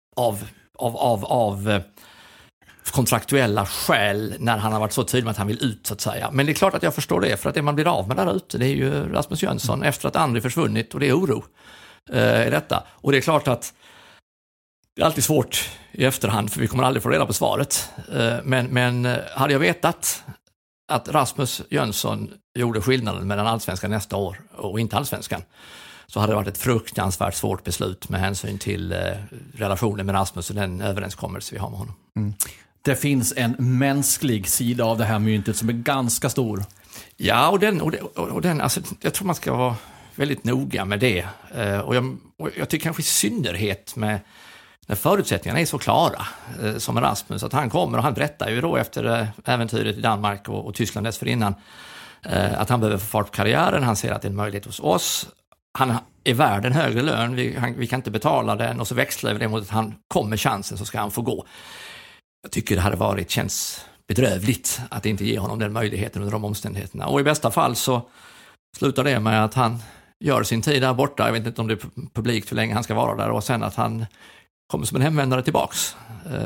av kontraktuella skäl när han har varit så tydlig med att han vill ut, så att säga. Men det är klart att jag förstår det, för att det man blir av med där ute, det är ju Rasmus Jönsson efter att André försvunnit, och det är oro i detta. Och det är klart att det är alltid svårt i efterhand, för vi kommer aldrig få reda på svaret. Men hade jag vetat att Rasmus Jönsson gjorde skillnaden mellan allsvenskan nästa år och inte allsvenskan, så hade det varit ett fruktansvärt svårt beslut med hänsyn till relationen med Rasmus och den överenskommelse vi har med honom. Det finns en mänsklig sida av det här myntet som är ganska stor. Ja, och den alltså, jag tror man ska vara väldigt noga med det. Och jag tycker kanske i synnerhet med när förutsättningarna är så klara som Rasmus, att han kommer, och han berättar ju då efter äventyret i Danmark och Tyskland dessförinnan att han behöver få fart på karriären. Han ser att det är en möjlighet hos oss. Han är värd en högre lön, vi kan inte betala den, och så växlar vi det mot att han kommer chansen, så ska han få gå. Jag tycker det hade känns bedrövligt att inte ge honom den möjligheten under de omständigheterna. Och i bästa fall så slutar det med att han gör sin tid där borta. Jag vet inte om det är publikt hur länge han ska vara där, och sen att han kommer som en hemvändare tillbaks.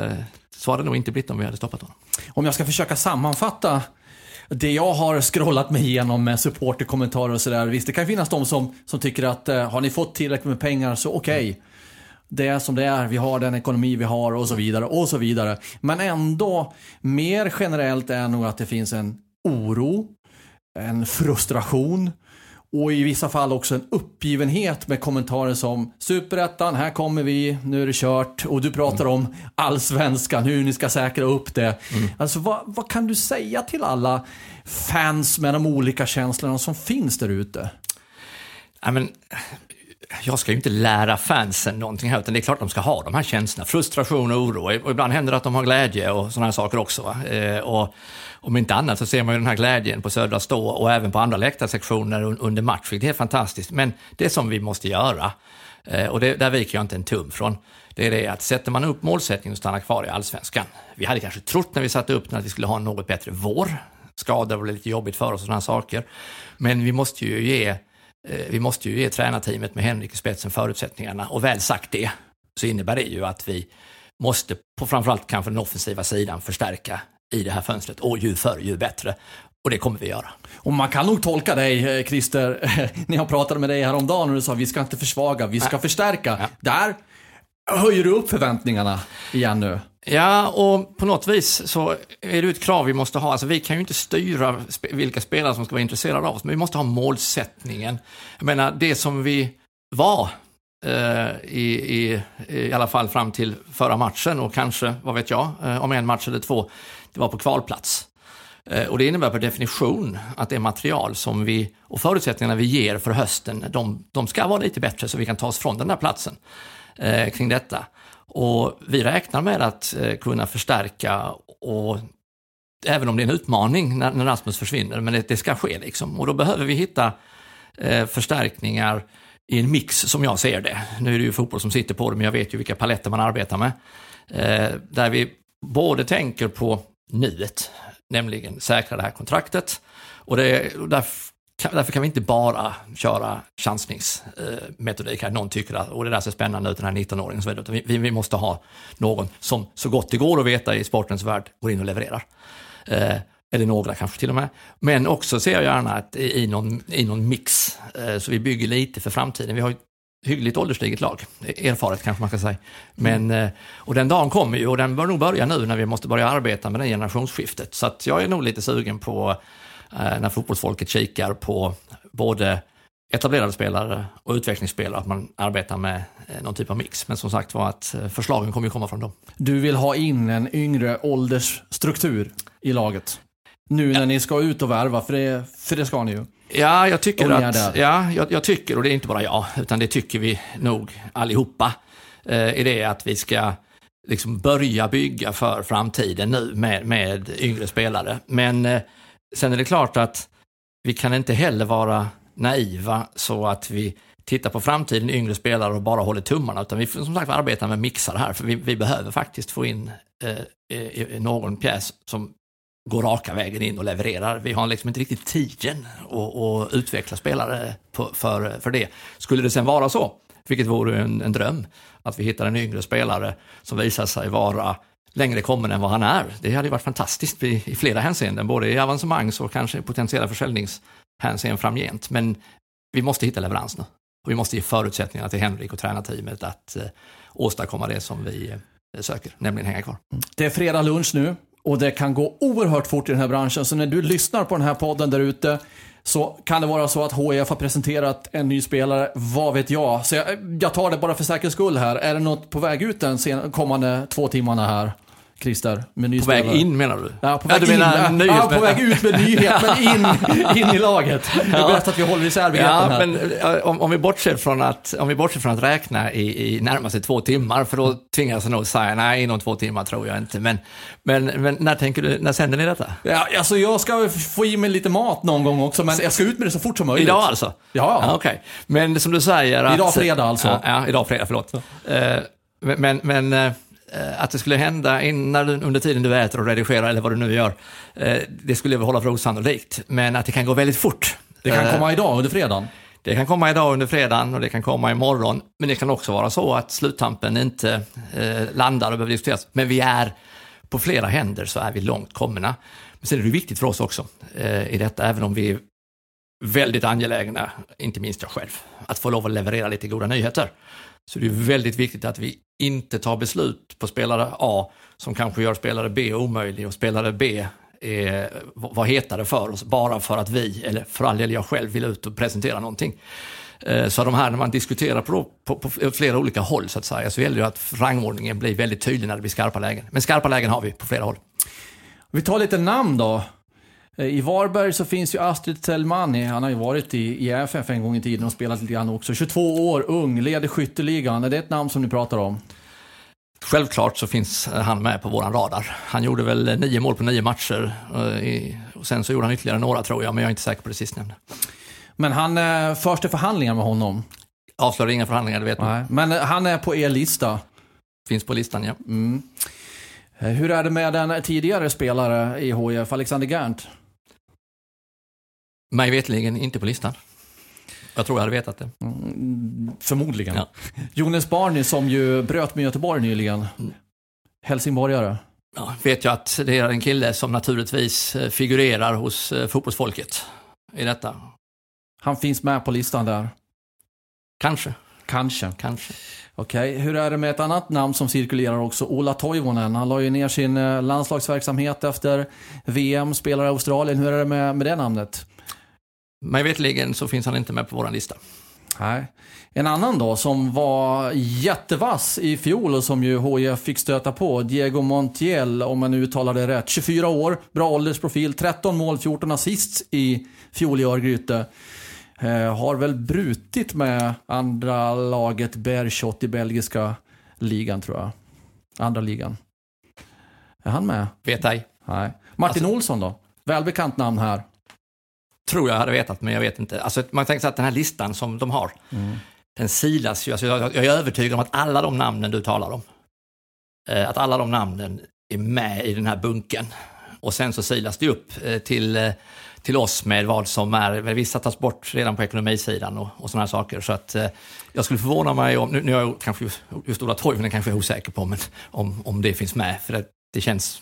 Så hade det nog inte blivit om vi hade stoppat honom. Om jag ska försöka sammanfatta det jag har scrollat mig igenom med supporterkommentarer och sådär. Visst, det kan finnas de som tycker att har ni fått tillräckligt med pengar så okej. Det är som det är, vi har den ekonomi vi har och så vidare och så vidare. Men ändå, mer generellt är nog att det finns en oro, en frustration och i vissa fall också en uppgivenhet med kommentarer som Superettan, här kommer vi, nu är det kört, och du pratar om allsvenskan, hur ni ska säkra upp det. Alltså vad kan du säga till alla fans med de olika känslorna som finns där ute? Ja, men jag ska ju inte lära fansen någonting här, utan det är klart att de ska ha de här känslorna, frustration och oro, och ibland händer det att de har glädje och sådana här saker också, va? Och om inte annat så ser man ju den här glädjen på Södra Stå och även på andra läktarsektioner under match. Det är fantastiskt, men det som vi måste göra, och där viker jag inte en tum från, det är det att sätter man upp målsättningen och stannar kvar i allsvenskan. Vi hade kanske trott när vi satte upp den att vi skulle ha en något bättre vår. Skador var lite jobbigt för oss och sådana här saker, men vi måste ju ge tränarteamet med Henrik i spetsen förutsättningarna, och väl sagt det så innebär det ju att vi måste på framförallt kanske den offensiva sidan förstärka i det här fönstret, och ju förr ju bättre, och det kommer vi göra. Och man kan nog tolka dig, Christer, när jag pratade med dig häromdagen och du sa vi ska inte försvaga, vi ska förstärka. Ja. Där höjer du upp förväntningarna igen nu. Ja, och på något vis så är det ett krav vi måste ha. Alltså vi kan ju inte styra vilka spelare som ska vara intresserade av oss, men vi måste ha målsättningen. Jag menar, det som vi var i alla fall fram till förra matchen, och kanske, vad vet jag, om en match eller två, det var på kvalplats. Och det innebär per definition att det material som vi och förutsättningarna vi ger för hösten, de ska vara lite bättre så vi kan ta oss från den där platsen kring detta. Och vi räknar med att kunna förstärka, och även om det är en utmaning när Rasmus försvinner, men det ska ske liksom. Och då behöver vi hitta förstärkningar i en mix som jag ser det. Nu är det ju fotboll som sitter på det, men jag vet ju vilka paletter man arbetar med. Där vi både tänker på nuet, nämligen säkra det här kontraktet, och därför kan vi inte bara köra chansningsmetodik här. Någon tycker att, och det där ser spännande ut, den här 19-åringen, så vidare. Vi måste ha någon som så gott det går att veta i sportens värld går in och levererar. Eller några kanske till och med. Men också ser jag gärna att i någon mix, så vi bygger lite för framtiden. Vi har ett hyggligt ålderstiget lag, erfaret kanske man ska säga. Men, och den dagen kommer ju, och den bör nog börja nu när vi måste börja arbeta med det generationsskiftet. Så att jag är nog lite sugen på när fotbollsfolket kikar på både etablerade spelare och utvecklingsspelare, att man arbetar med någon typ av mix. Men som sagt var att förslagen kommer ju komma från dem. Du vill ha in en yngre åldersstruktur i laget nu när ni ska ut och värva, för det ska ni ju. Ja, jag tycker jag tycker, och det är inte bara jag, utan det tycker vi nog allihopa, är det att vi ska liksom börja bygga för framtiden nu med yngre spelare. Men sen är det klart att vi kan inte heller vara naiva så att vi tittar på framtiden yngre spelare och bara håller tummarna, utan vi som sagt arbetar med mixar här, för vi behöver faktiskt få in någon pjäs som går raka vägen in och levererar. Vi har liksom inte riktigt tiden att utveckla spelare för det. Skulle det sen vara så, vilket vore en dröm, att vi hittar en yngre spelare som visar sig vara längre kommen än vad han är. Det hade varit fantastiskt i flera hänseenden, både i avancemangs och kanske potentiella försäljningshänseenden framgent. Men vi måste hitta leverans nu. Och vi måste ge förutsättningar till Henrik och tränarteamet att åstadkomma det som vi söker, nämligen hänga kvar. Det är fredag lunch nu och det kan gå oerhört fort i den här branschen. Så när du lyssnar på den här podden där ute så kan det vara så att HIF har presenterat en ny spelare, vad vet jag. Så jag tar det bara för säkerhets skull här. Är det något på väg ut den kommande 2 timmarna här, Christer? Med ny på spelare? väg in menar du? Ja, på väg in. Ja, på väg ut med nyhet, men in i laget. Det är bäst att vi håller isär begreppen här. Men om vi bortser från att räkna i närmaste 2 timmar, för då tvingas jag nog säga nej, inom 2 timmar tror jag inte. Men när sänder ni detta? Ja, alltså jag ska få i mig lite mat någon gång också, men jag ska ut med det så fort som möjligt. Idag alltså? Ja. Okej. Men som du säger att... Idag fredag alltså. Ja, idag fredag, förlåt. Men att det skulle hända under tiden du äter och redigerar eller vad du nu gör, det skulle jag hålla för osannolikt. Men att det kan gå väldigt fort. Det kan komma idag under fredagen. Det kan komma idag under fredagen och det kan komma imorgon. Men det kan också vara så att sluttampen inte landar och behöver diskuteras. Men vi är på flera händer så är vi långt komna. Men sen är det viktigt för oss också i detta, även om vi är väldigt angelägna, inte minst jag själv, att få lov att leverera lite goda nyheter. Så det är väldigt viktigt att vi inte tar beslut på spelare A som kanske gör spelare B omöjlig och spelare B var hetare för oss bara för att vi, eller för all del jag själv, vill ut och presentera någonting. Så de här, när man diskuterar på flera olika håll så att säga, så gäller det att rangordningen blir väldigt tydlig när det blir skarpa lägen. Men skarpa lägen har vi på flera håll. Vi tar lite namn då. I Varberg så finns ju Astrid Selmani. Han har ju varit i EFF en gång i tiden och spelat lite grann också. 22 år, ung, leder skytteligan. Är det ett namn som ni pratar om? Självklart så finns han med på våran radar. Han gjorde väl 9 mål på 9 matcher. Och sen så gjorde han ytterligare några tror jag, men jag är inte säker på det sistnämnda. Men han förs det förhandlingar med honom? Avslöjar inga förhandlingar, det vet man. Men han är på er lista? Finns på listan, ja. Mm. Hur är det med den tidigare spelare i HIF, Alexander Gerndt? Mig vetligen inte på listan. Jag tror jag hade vetat det. Förmodligen. Ja. Jonas Barney som ju bröt med Göteborg nyligen. Helsingborgare. Ja, vet jag att det är en kille som naturligtvis figurerar hos fotbollsfolket i detta. Han finns med på listan där. Kanske. Okej, hur är det med ett annat namn som cirkulerar också? Ola Toivonen. Han la ju ner sin landslagsverksamhet efter VM, spelar i Australien. Hur är det med det namnet? Mig vetligen så finns han inte med på våran lista. Nej. En annan då som var jättevass i fjol och som ju HIF fick stöta på, Diego Montiel, om man nu uttalar det rätt. 24 år, bra åldersprofil, 13 mål, 14 assist i fjol i Örgryte. Har väl brutit med andra laget Berchot i belgiska ligan tror jag. Andra ligan. Är han med? Vet ej. Nej. Martin Olsson då? Välbekant namn här. Tror jag hade vetat, men jag vet inte. Alltså, man tänker sig att den här listan som de har, den silas ju. Alltså, jag är övertygad om att alla de namnen du talar om, att alla de namnen är med i den här bunken. Och sen så silas det upp till oss med vad som är, vissa tas bort redan på ekonomisidan och sådana här saker. Så att jag skulle förvåna mig om, nu är jag kanske just Ola Toivonen kanske är osäker på, men om det finns med. För det känns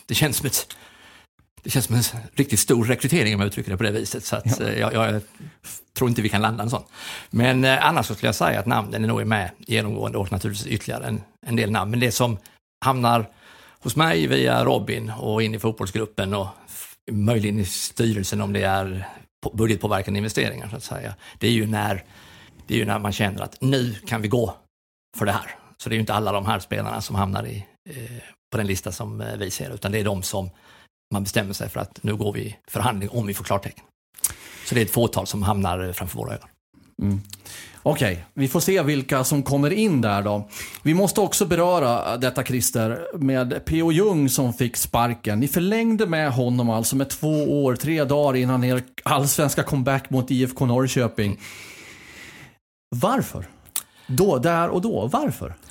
som en riktigt stor rekrytering om jag uttrycker det på det viset. Så att jag tror inte vi kan landa en sån. Men annars så skulle jag säga att namnen är nog med genomgående och naturligtvis ytterligare en del namn. Men det som hamnar hos mig via Robin och in i fotbollsgruppen och möjligen i styrelsen om det är budgetpåverkande investeringar så att säga. Det är ju när man känner att nu kan vi gå för det här. Så det är ju inte alla de här spelarna som hamnar på den lista som vi ser, utan det är de som man bestämmer sig för att nu går vi förhandling om vi får klartecken. Så det är ett fåtal som hamnar framför våra ögon. Okej, vi får se vilka som kommer in där då. Vi måste också beröra detta, Christer, med P.O. Jung som fick sparken. Ni förlängde med honom alltså med 2 år, 3 dagar innan er allsvenska comeback mot IFK Norrköping. Varför? Där och då, varför?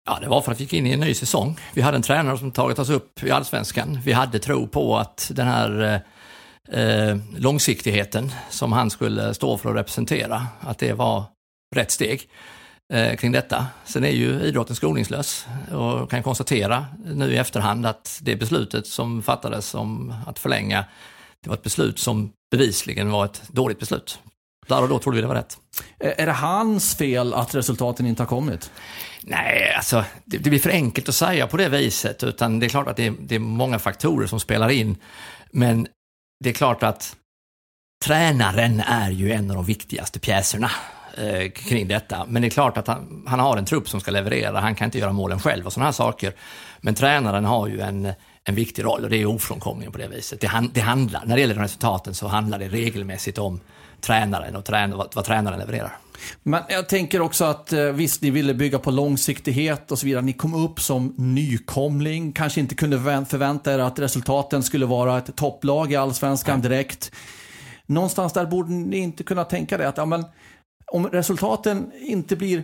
Ja, det var för att vi gick in i en ny säsong. Vi hade en tränare som tagit oss upp i Allsvenskan. Vi hade tro på att den här långsiktigheten som han skulle stå för att representera, att det var rätt steg kring detta. Sen är ju idrotten skoningslös och kan konstatera nu i efterhand att det beslutet som fattades om att förlänga, det var ett beslut som bevisligen var ett dåligt beslut. Där och då trodde vi det var rätt. Är det hans fel att resultaten inte har kommit? Nej, alltså det blir för enkelt att säga på det viset, utan det är klart att det är många faktorer som spelar in, men det är klart att tränaren är ju en av de viktigaste pjäserna kring detta, men det är klart att han har en trupp som ska leverera, han kan inte göra målen själv och sådana här saker, men tränaren har ju en viktig roll och det är ofrånkomligen på det viset. Det handlar, när det gäller resultaten så handlar det regelmässigt om tränaren och vad tränaren levererar. Men jag tänker också att visst, ni ville bygga på långsiktighet och så vidare. Ni kom upp som nykomling, kanske inte kunde förvänta er att resultaten skulle vara ett topplag i Allsvenskan direkt. Någonstans där borde ni inte kunna tänka det att ja, men, om resultaten inte blir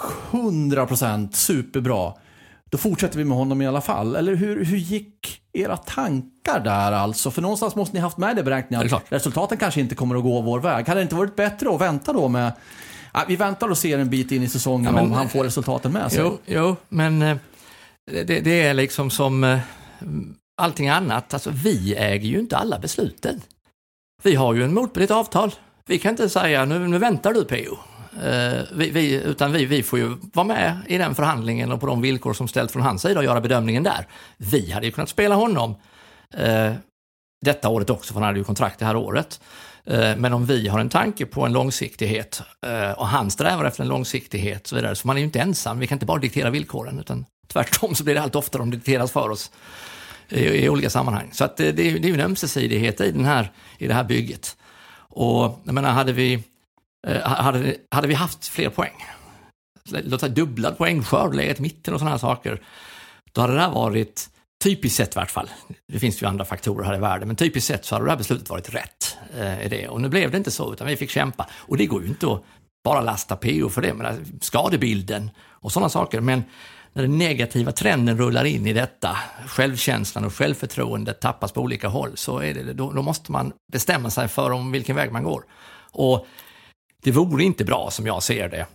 100% superbra, då fortsätter vi med honom i alla fall. Eller hur gick era tankar där alltså? För någonstans måste ni haft med det beräkningen att resultaten kanske inte kommer att gå vår väg. Hade det inte varit bättre att vänta då med... vi väntar och ser en bit in i säsongen om han får resultaten med sig. Jo, men det är liksom som allting annat. Alltså, vi äger ju inte alla besluten. Vi har ju en motvilligt avtal. Vi kan inte säga nu väntar du PO. Utan vi får ju vara med i den förhandlingen och på de villkor som ställt från hans sida och göra bedömningen där. Vi hade ju kunnat spela honom detta året också, för han hade ju kontrakt det här året. Men om vi har en tanke på en långsiktighet och han strävar efter en långsiktighet så vidare, så man är ju inte ensam. Vi kan inte bara diktera villkoren, utan tvärtom så blir det allt oftare de dikteras för oss i olika sammanhang. Så att det är ju en ömsesidighet i det här bygget. Och jag menar, hade vi haft fler poäng, låt säga dubblad poängskörd, legat i mitten och sådana här saker, då hade det här varit typiskt sett i vart fall. Det finns ju andra faktorer här i världen, men typiskt sett så hade det här beslutet varit rätt i det. Och nu blev det inte så, utan vi fick kämpa. Och det går ju inte att bara lasta PO för det, men skadebilden och sådana saker. Men när den negativa trenden rullar in i detta, självkänslan och självförtroendet tappas på olika håll, så är det, då måste man bestämma sig för om vilken väg man går. Och det vore inte bra, som jag ser det,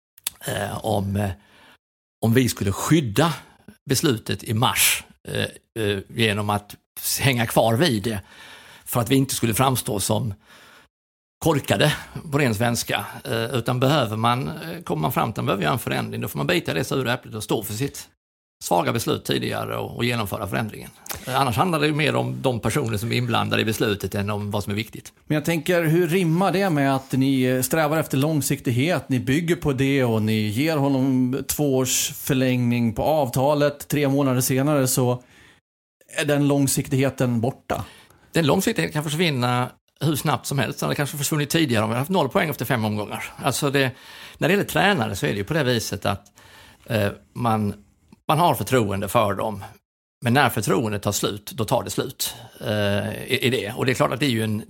om vi skulle skydda beslutet i mars genom att hänga kvar vid det, för att vi inte skulle framstå som korkade på ren svenska, utan kommer man fram till att man behöver göra en förändring, då får man bita det sura äpplet och stå för sitt svaga beslut tidigare och genomföra förändringen. Annars handlar det ju mer om de personer som är inblandade i beslutet än om vad som är viktigt. Men jag tänker, hur rimmar det med att ni strävar efter långsiktighet, ni bygger på det och ni ger honom 2 års förlängning på avtalet, 3 månader senare så är den långsiktigheten borta? Den långsiktigheten kan försvinna hur snabbt som helst. Det kanske försvunnit tidigare om vi har haft 0 poäng efter 5 omgångar. Alltså när det gäller tränare så är det ju på det viset att man har förtroende för dem. Men när förtroendet tar slut, då tar det slut i det. Och det är klart att det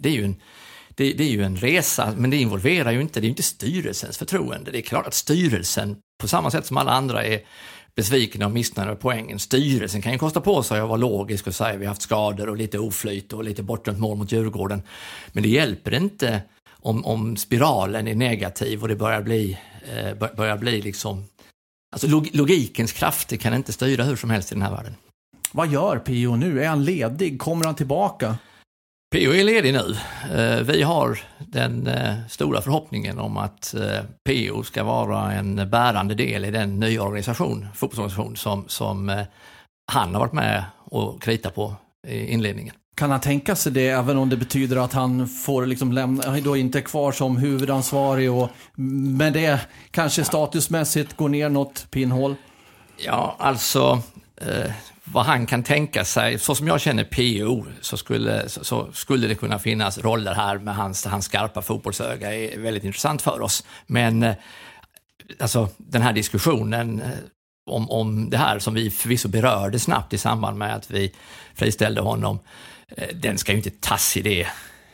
är ju en resa, men det involverar ju inte, det är ju inte styrelsens förtroende. Det är klart att styrelsen, på samma sätt som alla andra, är besvikna och missnöjda med poängen. Styrelsen kan ju kosta på sig att vara logisk och säga vi har haft skador och lite oflyt och lite bortdömt mål mot Djurgården. Men det hjälper inte om spiralen är negativ och det börjar bli liksom... Alltså logikens krafter kan inte styra hur som helst i den här världen. Vad gör PO nu? Är han ledig? Kommer han tillbaka? PO är ledig nu. Vi har den stora förhoppningen om att PO ska vara en bärande del i den nya fotbollsorganisation som han har varit med och krita på i inledningen. Kan han tänka sig det, även om det betyder att han får liksom lämna, då inte kvar som huvudansvarig och med det kanske statusmässigt går ner något pinnhål? Ja, alltså vad han kan tänka sig, så som jag känner PO så skulle det kunna finnas roller här med hans skarpa fotbollsöga, är väldigt intressant för oss. Men alltså den här diskussionen om det här som vi förvisso berörde snabbt i samband med att vi friställde honom, den ska ju inte tas i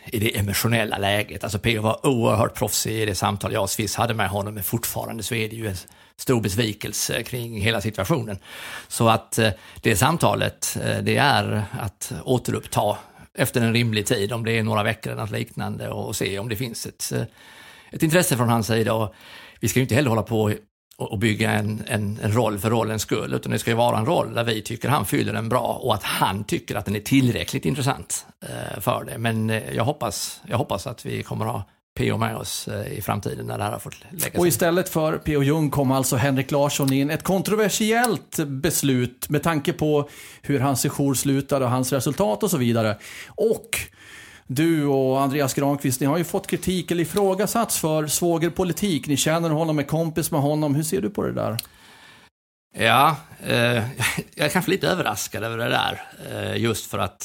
det emotionella läget. Alltså P.O. var oerhört proffsig i det samtal jag och Swiss hade med honom, men fortfarande så är det ju en stor besvikelse kring hela situationen. Så att det samtalet, det är att återuppta efter en rimlig tid, om det är några veckor eller något liknande, och se om det finns ett intresse från hans sida. Och vi ska ju inte heller hålla på och bygga en roll för rollens skull, utan det ska ju vara en roll där vi tycker han fyller den bra och att han tycker att den är tillräckligt intressant för det. Men jag hoppas att vi kommer att ha P.O. med oss i framtiden när det här har fått lägga sig. Och istället för P.O. Jung kom alltså Henrik Larsson in. Ett kontroversiellt beslut med tanke på hur hans sejour slutade och hans resultat och så vidare. Och du och Andreas Granqvist, ni har ju fått kritik eller ifrågasatts för svågerpolitik. Ni känner honom, är kompis med honom. Hur ser du på det där? Ja, jag är kanske lite överraskad över det där. Just för att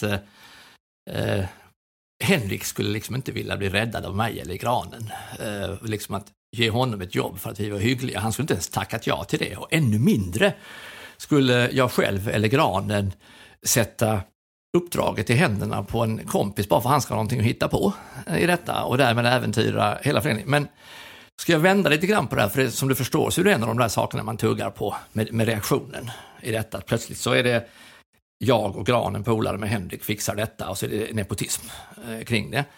Henrik skulle liksom inte vilja bli räddad av mig eller Granen. Liksom att ge honom ett jobb för att vi var hyggliga. Han skulle inte ens tackat ja till det. Och ännu mindre skulle jag själv eller Granen sätta uppdraget i händerna på en kompis bara för att han ska ha någonting att hitta på i detta och därmed äventyra hela föreningen. Men ska jag vända lite grann på det här, för det, som du förstår så är det en av de där sakerna man tuggar på med reaktionen i detta. Plötsligt så är det jag och Granen, polare med Henrik, fixar detta och så är det nepotism kring det.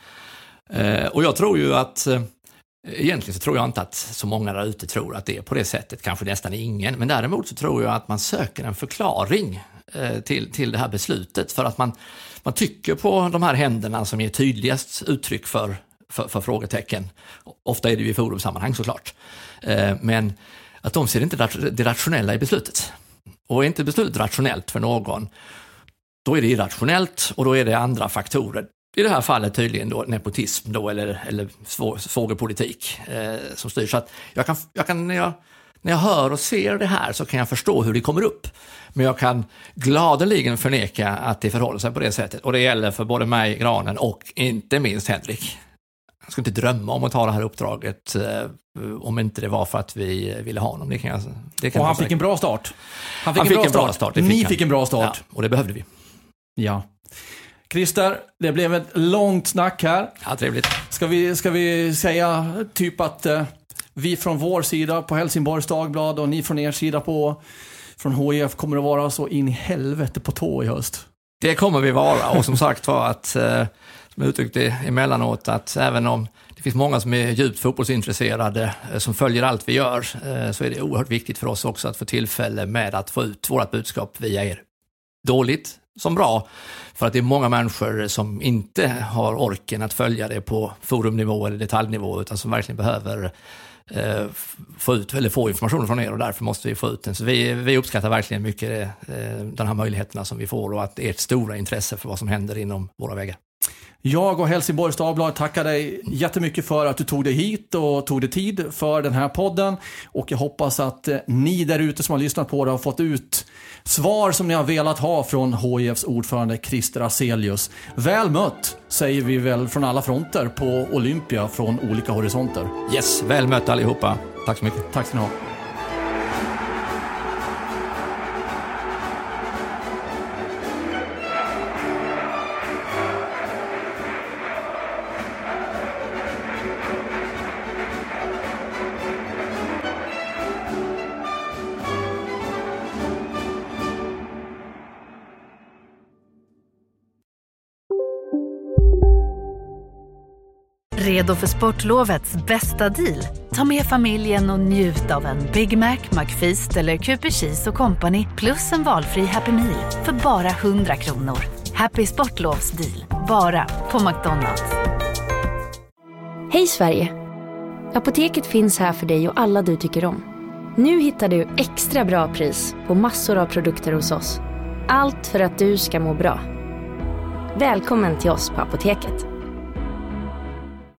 Och jag tror ju att egentligen så tror jag inte att så många där ute tror att det är på det sättet, kanske nästan ingen, men däremot så tror jag att man söker en förklaring till det här beslutet, för att man tycker på de här händerna som ger tydligast uttryck för frågetecken. Ofta är det ju i forumsammanhang såklart. Men att de ser inte det rationella i beslutet. Och är inte beslutet rationellt för någon, då är det irrationellt och då är det andra faktorer. I det här fallet tydligen då nepotism då, eller svågerpolitik som styr. Så att jag kan när jag hör och ser det här så kan jag förstå hur det kommer upp. Men jag kan gladeligen förneka att det förhåller sig på det sättet. Och det gäller för både mig, Granen och inte minst Henrik. Jag skulle inte drömma om att ta det här uppdraget om inte det var för att vi ville ha honom. Och han fick en bra start. Han fick en bra start. Ni fick en bra start. Ja, och det behövde vi. Ja. Christer, det blev ett långt snack här. Ja, trevligt. Ska vi säga typ att vi från vår sida på Helsingborgs Dagblad och ni från er sida från HIF kommer att vara så in i helvete på tå i höst? Det kommer vi vara, och som sagt var att, som jag uttryckte emellanåt, att även om det finns många som är djupt fotbollsintresserade som följer allt vi gör, så är det oerhört viktigt för oss också att få tillfälle med att få ut vårt budskap via er. Dåligt som bra, för att det är många människor som inte har orken att följa det på forumnivå eller detaljnivå, utan som verkligen behöver få information från er, och därför måste vi få ut den. Så vi uppskattar verkligen mycket de här möjligheterna som vi får och att ert stora intresse för vad som händer inom våra väggar. Jag och Helsingborgs Dagblad tackar dig jättemycket för att du tog dig hit och tog dig tid för den här podden, och jag hoppas att ni där ute som har lyssnat på det har fått ut svar som ni har velat ha från HIFs ordförande Christer Afzelius. Väl mött säger vi väl från alla fronter på Olympia från olika horisonter. Yes, väl mött allihopa. Tack så mycket. Tack ska ni ha. Redo för sportlovets bästa deal? Ta med familjen och njut av en Big Mac, McFeast eller Cooper Cheese och Company plus en valfri Happy Meal för bara 100 kronor. Happy Sportlovs deal, bara på McDonalds. Hej Sverige! Apoteket finns här för dig och alla du tycker om. Nu hittar du extra bra pris på massor av produkter hos oss. Allt för att du ska må bra. Välkommen till oss på Apoteket.